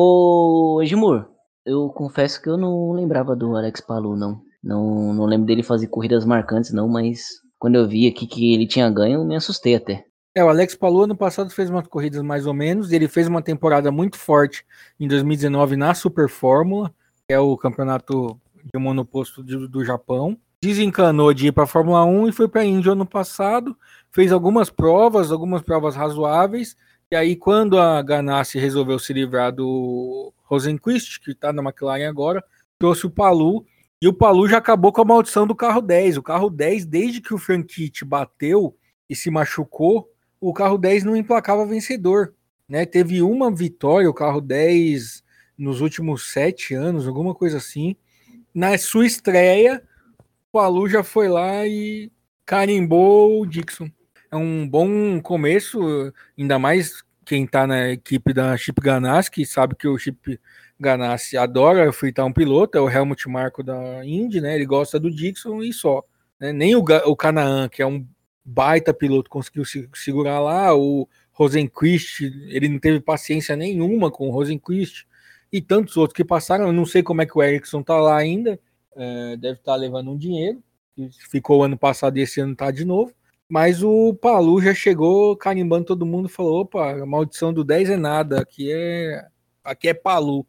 Ô, Edmur, eu confesso que eu não lembrava do Alex Palou, não. Não, não lembro dele fazer corridas marcantes, não, mas quando eu vi aqui que ele tinha ganho, eu me assustei até. É, o Alex Palou ano passado fez umas corridas mais ou menos, ele fez uma temporada muito forte em dois mil e dezenove na Super Fórmula, que é o campeonato de monoposto do, do Japão. Desencanou de ir para a Fórmula um e foi para a Índia ano passado, fez algumas provas, algumas provas razoáveis, e aí quando a Ganassi resolveu se livrar do Rosenqvist, que está na McLaren agora, trouxe o Palou, e o Palou já acabou com a maldição do carro dez. O carro dez, desde que o Franchitti bateu e se machucou, o carro dez não emplacava vencedor, né? Teve uma vitória, o carro dez, nos últimos sete anos, alguma coisa assim. Na sua estreia, o Palou já foi lá e carimbou o Dixon. É um bom começo, ainda mais quem tá na equipe da Chip Ganassi, que sabe que o Chip Ganassi adora fritar um piloto, é o Helmut Marko da Indy, né? Ele gosta do Dixon e só. Né? Nem o, o Canaan, que é um baita piloto, conseguiu se segurar lá. O Rosenqvist, ele não teve paciência nenhuma com o Rosenqvist, e tantos outros que passaram. Eu não sei como é que o Ericsson tá lá ainda, é, deve estar tá levando um dinheiro, ficou ano passado e esse ano tá de novo, mas o Palou já chegou carimbando todo mundo e falou: opa, a maldição do dez é nada, aqui é, aqui é Palou.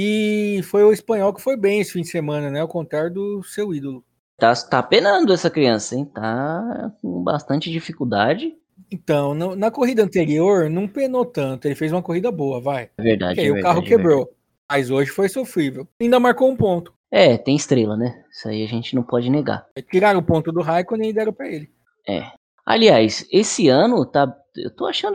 E foi o espanhol que foi bem esse fim de semana, né, ao contrário do seu ídolo. Tá, tá penando essa criança, hein? Tá com bastante dificuldade. Então, no, na corrida anterior, não penou tanto. Ele fez uma corrida boa, vai. É verdade, okay, é o verdade, carro quebrou. É verdade. Mas hoje foi sofrível. Ainda marcou um ponto. É, tem estrela, né? Isso aí a gente não pode negar. Tiraram o ponto do Raikkonen e deram pra ele. É. Aliás, esse ano, tá, eu tô achando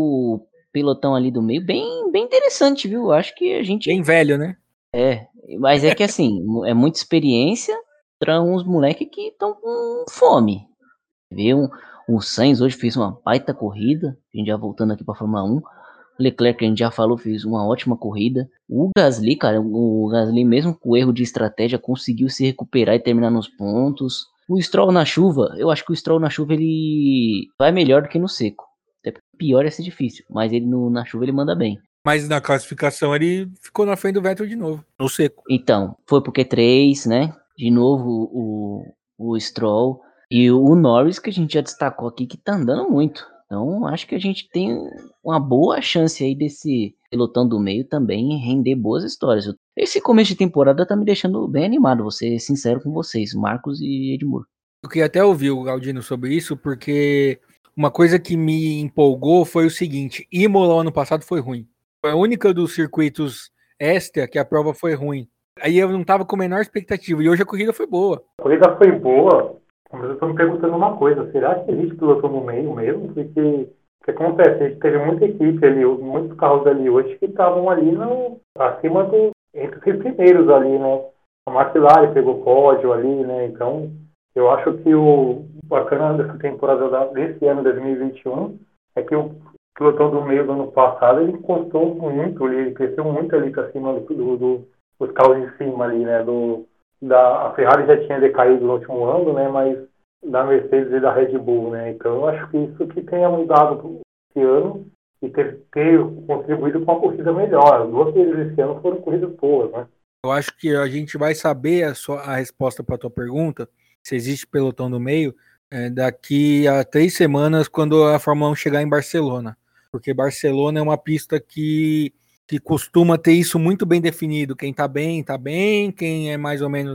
o pelotão ali do meio bem, bem interessante, viu? Acho que a gente... Bem velho, né? É, mas é que assim, é muita experiência para uns moleques que estão com fome. Viu? O Sainz hoje fez uma baita corrida, a gente já voltando aqui para Fórmula um. Leclerc, que a gente já falou, fez uma ótima corrida. O Gasly, cara, o Gasly mesmo com o erro de estratégia conseguiu se recuperar e terminar nos pontos. O Stroll na chuva, eu acho que o Stroll na chuva ele vai melhor do que no seco. Até pior é ser difícil, mas ele no, na chuva ele manda bem. Mas na classificação ele ficou na frente do Vettel de novo, no seco. Então, foi pro Q três, né? De novo o, o Stroll. E o Norris, que a gente já destacou aqui, que tá andando muito. Então, acho que a gente tem uma boa chance aí desse pelotão do meio também render boas histórias. Esse começo de temporada tá me deixando bem animado, vou ser sincero com vocês, Marcos e Edmur. Eu queria até ouvir o Galdino sobre isso, porque uma coisa que me empolgou foi o seguinte: Imola ano passado foi ruim. Foi a única dos circuitos extra que a prova foi ruim. Aí eu não tava com a menor expectativa, e hoje a corrida foi boa. A corrida foi boa, mas eu tô me perguntando uma coisa: será que existe piloto no meio mesmo? Porque o que acontece? A gente teve muita equipe ali, muitos carros ali hoje que estavam ali no, acima do, entre os primeiros ali, né? A McLaren pegou pódio ali, né? Então, eu acho que o bacana dessa temporada desse ano, dois mil e vinte e um, é que o pilotão do meio do ano passado, ele encostou muito ali, ele cresceu muito ali para cima do, do, do, dos carros de cima ali, né? Do, da, a Ferrari já tinha decaído no último ano, né? Mas da Mercedes e da Red Bull, né? Então eu acho que isso que tenha mudado esse ano e ter, ter contribuído com uma corrida melhor. As duas vezes esse ano foram corridas boas, né? Eu acho que a gente vai saber a, sua, a resposta para a tua pergunta, se existe pelotão no meio, é, daqui a três semanas, quando a Fórmula um chegar em Barcelona. Porque Barcelona é uma pista que, que costuma ter isso muito bem definido. Quem tá bem, tá bem. Quem é mais ou menos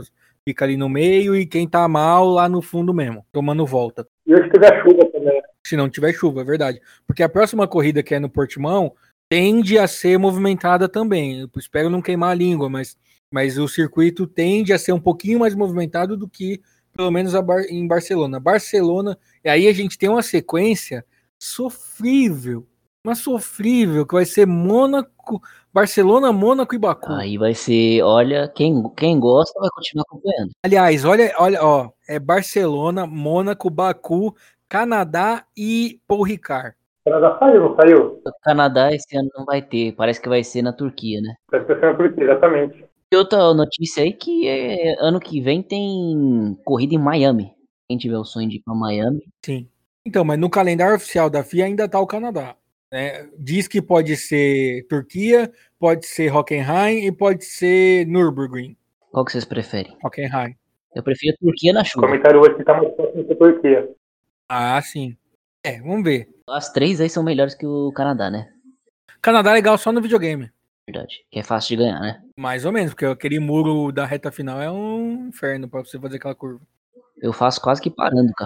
fica ali no meio e quem tá mal lá no fundo mesmo, tomando volta. E hoje teve a chuva também. Se não tiver chuva, é verdade. Porque a próxima corrida que é no Portimão tende a ser movimentada também. Eu espero não queimar a língua, mas, mas o circuito tende a ser um pouquinho mais movimentado do que pelo menos a Bar- em Barcelona. Barcelona, e aí a gente tem uma sequência sofrível, uma sofrível, que vai ser Mônaco, Barcelona, Mônaco e Baku. Aí vai ser, olha, quem, quem gosta vai continuar acompanhando. Aliás, olha, olha, ó, é Barcelona, Mônaco, Baku, Canadá e Paul Ricard. O Canadá saiu, não saiu? O Canadá esse ano não vai ter, parece que vai ser na Turquia, né? Parece que vai ser na Turquia, exatamente. E outra notícia aí que é, ano que vem tem corrida em Miami. Quem tiver o sonho de ir pra Miami. Sim. Então, mas no calendário oficial da F I A ainda tá o Canadá. Né? Diz que pode ser Turquia, pode ser Hockenheim e pode ser Nürburgring. Qual que vocês preferem? Hockenheim. Eu prefiro a Turquia na O chuva. comentário hoje que tá mais próximo da Turquia. Ah, sim. É, vamos ver. As três aí são melhores que o Canadá, né? Canadá é legal só no videogame. Verdade. Que é fácil de ganhar, né? Mais ou menos, porque aquele muro da reta final é um inferno pra você fazer aquela curva. Eu faço quase que parando o carro.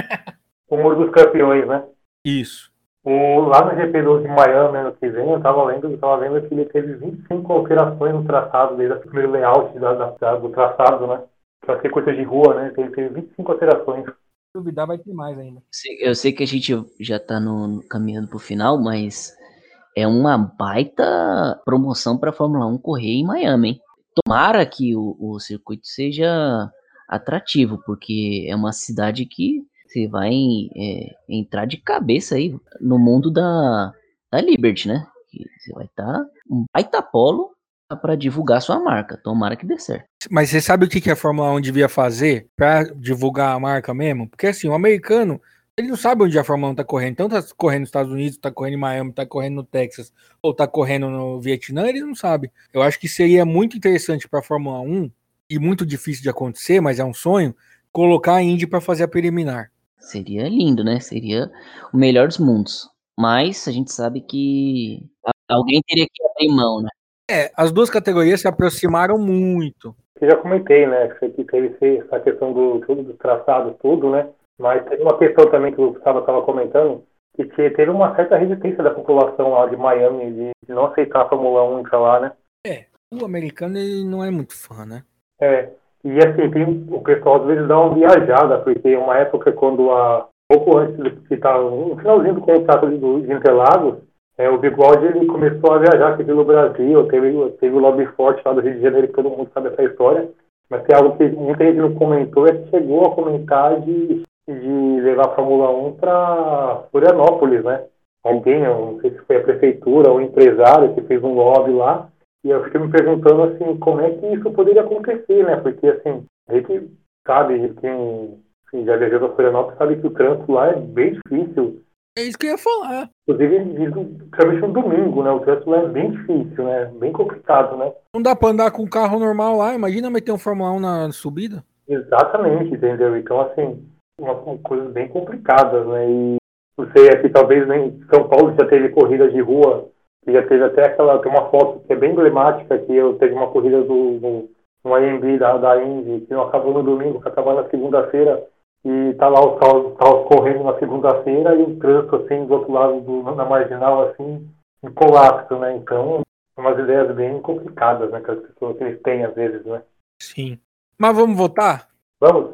O Muro dos Campeões, né? Isso. O, lá no G P doze de Miami, ano que vem, eu tava lendo, eu tava vendo que ele teve vinte e cinco alterações no traçado, desde o primeiro layout da, da, da, do traçado, né? Pra ser coisa de rua, né? Ele teve vinte e cinco alterações. Se duvidar, vai ter mais ainda. Eu sei que a gente já tá no, caminhando pro final, mas é uma baita promoção pra Fórmula um correr em Miami, hein? Tomara que o, o circuito seja atrativo, porque é uma cidade que você vai é, entrar de cabeça aí no mundo da, da Liberty, né? Que você vai estar tá um baita polo para divulgar sua marca. Tomara que dê certo. Mas você sabe o que, que a Fórmula um devia fazer para divulgar a marca mesmo? Porque assim, o americano, ele não sabe onde a Fórmula um tá correndo. Então tá correndo nos Estados Unidos, tá correndo em Miami, tá correndo no Texas, ou tá correndo no Vietnã, ele não sabe. Eu acho que seria muito interessante para a Fórmula um, e muito difícil de acontecer, mas é um sonho, colocar a Indy para fazer a preliminar. Seria lindo, né? Seria o melhor dos mundos. Mas a gente sabe que alguém teria que abrir mão, né? É, as duas categorias se aproximaram muito. Eu já comentei, né? Que teve essa questão do tudo, do traçado, tudo, né? Mas teve uma questão também que o Gustavo estava comentando, que teve uma certa resistência da população lá de Miami de, de não aceitar a Fórmula um pra lá, né? É, o americano ele não é muito fã, né? É, e assim, tem, o pessoal às vezes dá uma viajada, porque uma época quando a pouco antes de estar no finalzinho do contrato de, de Interlagos, é, o Bigode ele começou a viajar aqui pelo Brasil, teve, teve o lobby forte lá do Rio de Janeiro, que todo mundo sabe essa história, mas tem algo que muita gente não comentou, é que chegou a comentar de, de levar a Fórmula um para Florianópolis, né? Alguém, eu não sei se foi a prefeitura ou o empresário que fez um lobby lá, e eu fiquei me perguntando, assim, como é que isso poderia acontecer, né? Porque, assim, a gente sabe, quem assim, já viajou para Florianópolis sabe que o trânsito lá é bem difícil. É isso que eu ia falar. Inclusive, principalmente no domingo, né? O trânsito lá é bem difícil, né? Bem complicado, né? Não dá pra andar com um carro normal lá. Imagina meter um Fórmula um na subida. Exatamente, entendeu? Então, assim, uma, uma coisas bem complicadas, né? E não sei, aqui talvez né, em São Paulo já teve corrida de rua, que já teve até aquela, tem uma foto que é bem emblemática, que eu teve uma corrida do, do no A M B da, da Indy, que não acabou no domingo, que acabou na segunda-feira, e tá lá os carros, carros correndo na segunda-feira e o trânsito, assim, do outro lado do, na marginal, assim, em colapso, né? Então, são umas ideias bem complicadas, né? Que as pessoas eles têm, às vezes, né? Sim. Mas vamos votar? Vamos?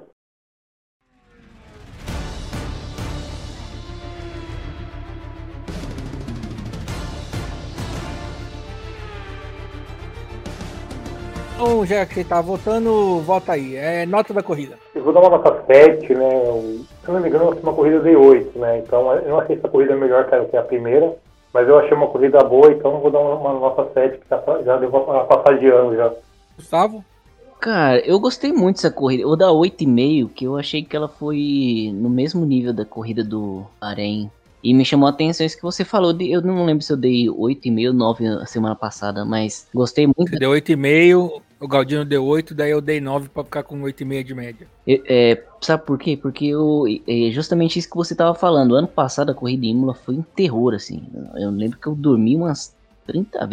Então, já que você tá votando, vota aí. É nota da corrida. Eu vou dar uma nota sete, né? Eu, se não me engano, eu uma corrida dei oito, né? Então, eu não achei essa corrida melhor que a primeira, mas eu achei uma corrida boa, então eu vou dar uma, uma nota sete, que já, já deu a passar de ano já. Gustavo? Cara, eu gostei muito dessa corrida. Eu vou dar oito e meio, que eu achei que ela foi no mesmo nível da corrida do Bahrein. E me chamou a atenção isso que você falou. De, eu não lembro se eu dei oito e meio ou nove na semana passada, mas gostei muito. Você deu oito e meio, o Galdino deu oito, daí eu dei nove pra ficar com oito e meio de média. É, é, sabe por quê? Porque eu, é justamente isso que você tava falando. Ano passado a corrida em Imola foi um terror, assim. Eu lembro que eu dormi umas trinta vezes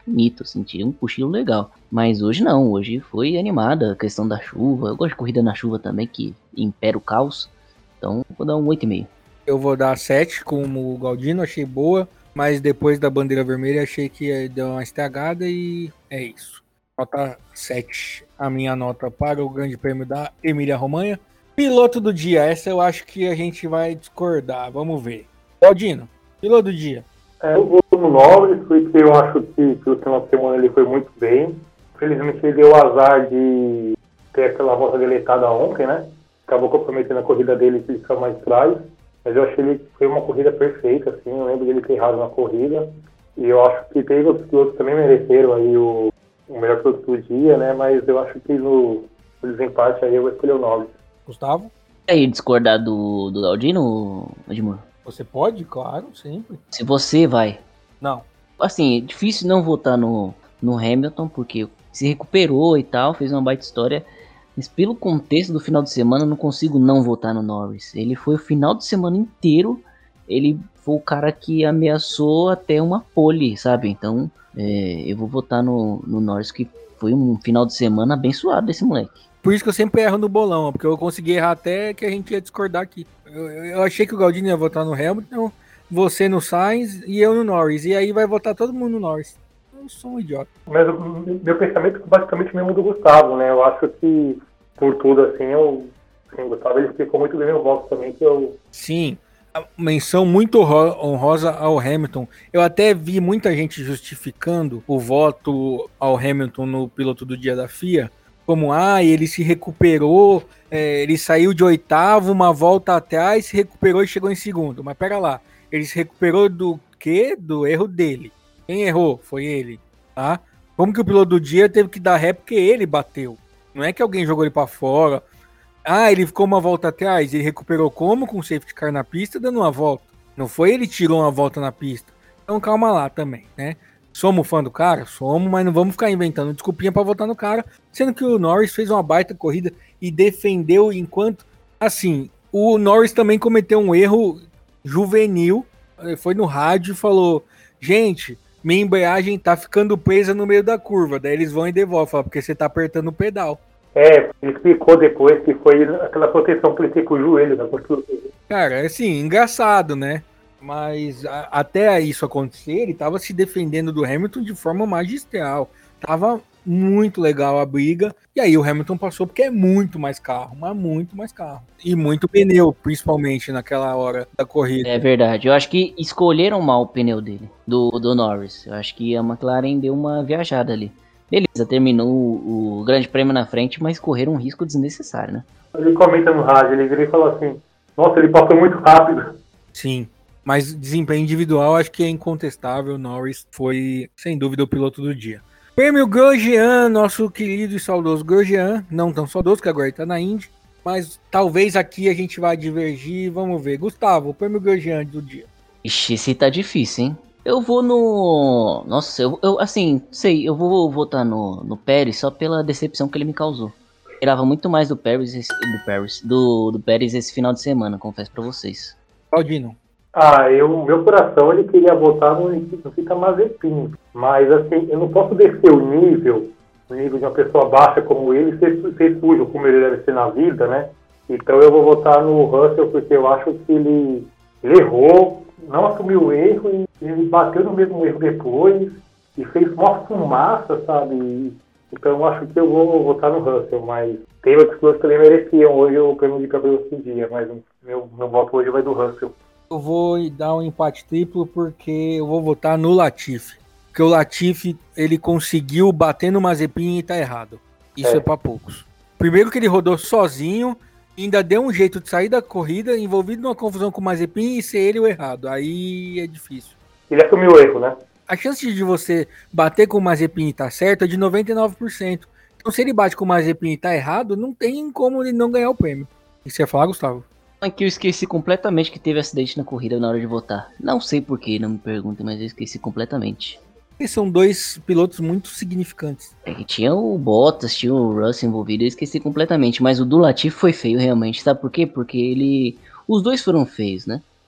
bonito, assim, tirei um cochilo legal. Mas hoje não, hoje foi animada a questão da chuva. Eu gosto de corrida na chuva também, que impera o caos. Então, vou dar um oito vírgula cinco. Eu vou dar sete como o Galdino, achei boa. Mas depois da bandeira vermelha, achei que deu uma estragada e é isso. Nota sete, a minha nota para o Grande Prêmio da Emília-Romanha. Piloto do dia, essa eu acho que a gente vai discordar, vamos ver. Galdino, piloto do dia. É, eu vou no Norris, porque eu acho que, que o final de semana ele foi muito bem. Infelizmente ele deu o azar de ter aquela volta deletada ontem, né? Acabou comprometendo a corrida dele que fica mais atrás. Mas eu achei que foi uma corrida perfeita, assim, eu lembro dele ter errado na corrida. E eu acho que teve outros pilotos que também mereceram aí o, o melhor piloto do dia, né? Mas eu acho que no, no desempate aí eu vou escolher o Norris. Gustavo? E aí, discordar do, do Galdino, Edmur? Você pode? Claro, sempre. Se você vai. Não. Assim, é difícil não votar no, no Hamilton, porque se recuperou e tal, fez uma baita história. Mas pelo contexto do final de semana, eu não consigo não votar no Norris. Ele foi o final de semana inteiro, ele foi o cara que ameaçou até uma pole, sabe? Então, é, eu vou votar no, no Norris, que foi um final de semana abençoado desse moleque. Por isso que eu sempre erro no bolão, porque eu consegui errar até que a gente ia discordar aqui. Eu, eu achei que o Galdino ia votar no Hamilton, você no Sainz e eu no Norris. E aí vai votar todo mundo no Norris. Eu sou um idiota. Mas o meu pensamento é basicamente mesmo do Gustavo, né? Eu acho que, por tudo, assim, eu, assim, o Gustavo ele explicou muito bem meu voto também, que eu... Sim, a menção muito honrosa ao Hamilton. Eu até vi muita gente justificando o voto ao Hamilton no piloto do dia da F I A, como, ah, ele se recuperou, é, ele saiu de oitavo, uma volta atrás, se recuperou e chegou em segundo. Mas pera lá, ele se recuperou do quê? Do erro dele. Quem errou? Foi ele, tá? Como que o piloto do dia teve que dar ré porque ele bateu? Não é que alguém jogou ele pra fora. Ah, ele ficou uma volta atrás, ele recuperou como? Com o safety car na pista, dando uma volta. Não foi ele tirou uma volta na pista. Então calma lá também, né? Somos fã do cara? Somos, mas não vamos ficar inventando desculpinha pra votar no cara, sendo que o Norris fez uma baita corrida e defendeu enquanto... Assim, o Norris também cometeu um erro juvenil, foi no rádio e falou, gente... minha embreagem tá ficando presa no meio da curva. Daí eles vão e devolvem, falam, porque você tá apertando o pedal. É, ele explicou depois que foi aquela proteção que ele tem com o joelho da construção. Cara, é assim, engraçado, né? Mas a, até isso acontecer, ele tava se defendendo do Hamilton de forma magistral. Tava muito legal a briga. E aí o Hamilton passou porque é muito mais carro, mas muito mais carro. E muito pneu, principalmente naquela hora da corrida. É verdade. Eu acho que escolheram mal o pneu dele, do, do Norris. Eu acho que a McLaren deu uma viajada ali. Beleza, terminou o, o grande prêmio na frente, mas correram um risco desnecessário, né? Ele comenta no rádio, ele vira e fala assim, nossa, ele passou muito rápido. Sim, mas desempenho individual acho que é incontestável. Norris foi, sem dúvida, o piloto do dia. Prêmio Grosjean, nosso querido e saudoso Grosjean, não tão saudoso que agora ele tá na Indy, mas talvez aqui a gente vá divergir, vamos ver. Gustavo, o prêmio Grosjean do dia. Ixi, esse tá difícil, hein? Eu vou no... Nossa, eu, eu assim, sei, eu vou votar no, no Pérez só pela decepção que ele me causou. Eu esperava muito mais do Pérez, do Pérez, do, do Pérez esse final de semana, confesso pra vocês. Claudino. Ah, eu, meu coração ele queria votar no Nikita Mazepin, mas assim, eu não posso descer o nível, o nível de uma pessoa baixa como ele, ser, ser sujo como ele deve ser na vida, né? Então eu vou votar no Russell porque eu acho que ele, ele errou, não assumiu o erro e ele bateu no mesmo erro depois e fez uma fumaça, sabe? Então eu acho que eu vou votar no Russell, mas tem outros pilotos que também mereciam hoje o prêmio de cabelo do dia, mas meu, meu voto hoje vai do Russell. Eu vou dar um empate triplo porque eu vou votar no Latifi. Porque o Latifi, ele conseguiu bater no Mazepin e tá errado. Isso é, é pra poucos. Primeiro que ele rodou sozinho, ainda deu um jeito de sair da corrida, envolvido numa confusão com o Mazepin e ser ele o errado. Aí é difícil. Ele assumiu o erro, né? A chance de você bater com o Mazepin e tá certo é de noventa e nove por cento. Então se ele bate com o Mazepin e tá errado, não tem como ele não ganhar o prêmio. O que você ia falar, Gustavo? É que eu esqueci completamente que teve acidente na corrida na hora de votar. Não sei porquê, não me perguntem, mas eu esqueci completamente. E são dois pilotos muito significantes. É que tinha o Bottas, tinha o Russell envolvido, eu esqueci completamente. Mas o do Latifi foi feio realmente, sabe por quê? Porque ele... Os dois foram feios, né?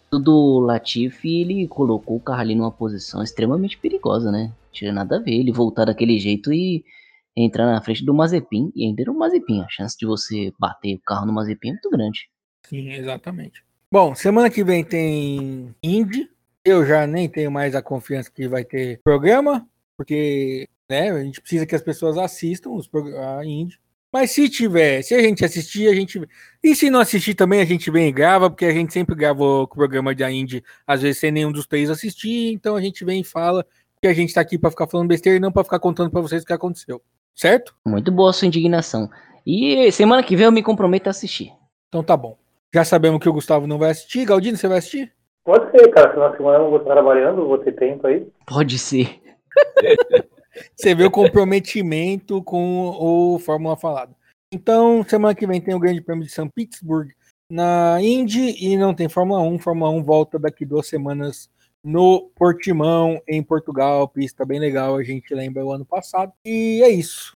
do Latifi, ele colocou o carro ali numa posição extremamente perigosa, né? Não tinha nada a ver ele voltar daquele jeito e entrar na frente do Mazepin, e ainda era um Mazepin. A chance de você bater o carro no Mazepin é muito grande. Sim, exatamente. Bom, semana que vem tem Indy. Eu já nem tenho mais a confiança que vai ter programa, porque, né, a gente precisa que as pessoas assistam os prog- a Indy. Mas se tiver, se a gente assistir, a gente. E se não assistir também, a gente vem e grava, porque a gente sempre gravou o programa da Indy, às vezes sem nenhum dos três assistir, então a gente vem e fala que a gente tá aqui pra ficar falando besteira e não pra ficar contando pra vocês o que aconteceu. Certo? Muito boa a sua indignação. E semana que vem eu me comprometo a assistir. Então tá bom. Já sabemos que o Gustavo não vai assistir. Galdino, você vai assistir? Pode ser, cara. Se na semana eu não vou estar trabalhando, vou ter tempo aí. Pode ser. Você vê o comprometimento com o Fórmula Falada. Então, semana que vem tem o Grande Prêmio de São Petersburgo na Indy e não tem Fórmula um. Fórmula um volta daqui duas semanas no Portimão, em Portugal. Pista bem legal, a gente lembra o ano passado. E é isso.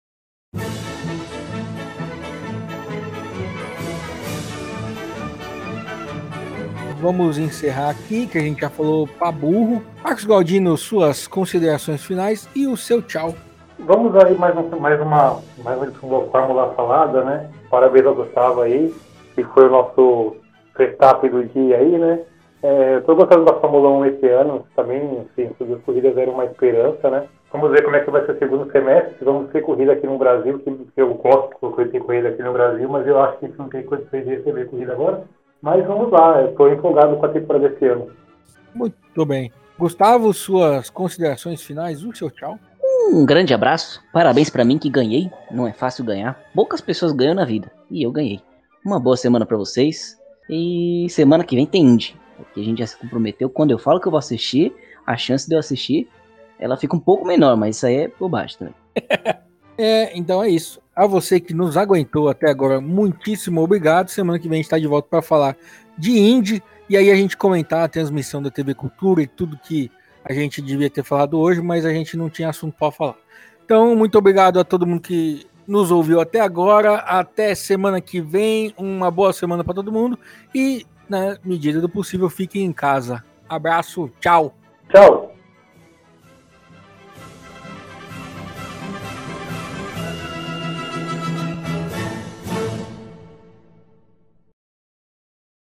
Vamos encerrar aqui, que a gente já falou pra burro. Marcos Galdino, suas considerações finais e o seu tchau. Vamos aí mais, um, mais uma mais uma Fórmula Falada, né? Parabéns ao Gustavo aí, que foi o nosso setup do dia aí, né? É, eu tô gostando da Fórmula um esse ano, também, assim, as corridas eram uma esperança, né? Vamos ver como é que vai ser o segundo semestre, vamos ter corrida aqui no Brasil, que eu gosto de ter corrida aqui no Brasil, mas eu acho que não tem condições de receber corrida agora. Mas vamos lá, eu estou empolgado com a temporada desse ano. Muito bem. Gustavo, suas considerações finais, o seu tchau. Um grande abraço, parabéns pra mim que ganhei, não é fácil ganhar, poucas pessoas ganham na vida, e eu ganhei. Uma boa semana pra vocês, e semana que vem tem Indy, porque a gente já se comprometeu, quando eu falo que eu vou assistir, a chance de eu assistir, ela fica um pouco menor, mas isso aí é bobagem também. É, então é isso. A você que nos aguentou até agora, muitíssimo obrigado. Semana que vem a gente está de volta para falar de Indy e aí a gente comentar a transmissão da T V Cultura e tudo que a gente devia ter falado hoje, mas a gente não tinha assunto para falar. Então, muito obrigado a todo mundo que nos ouviu até agora. Até semana que vem. Uma boa semana para todo mundo e, na medida do possível, fiquem em casa. Abraço, tchau. Tchau.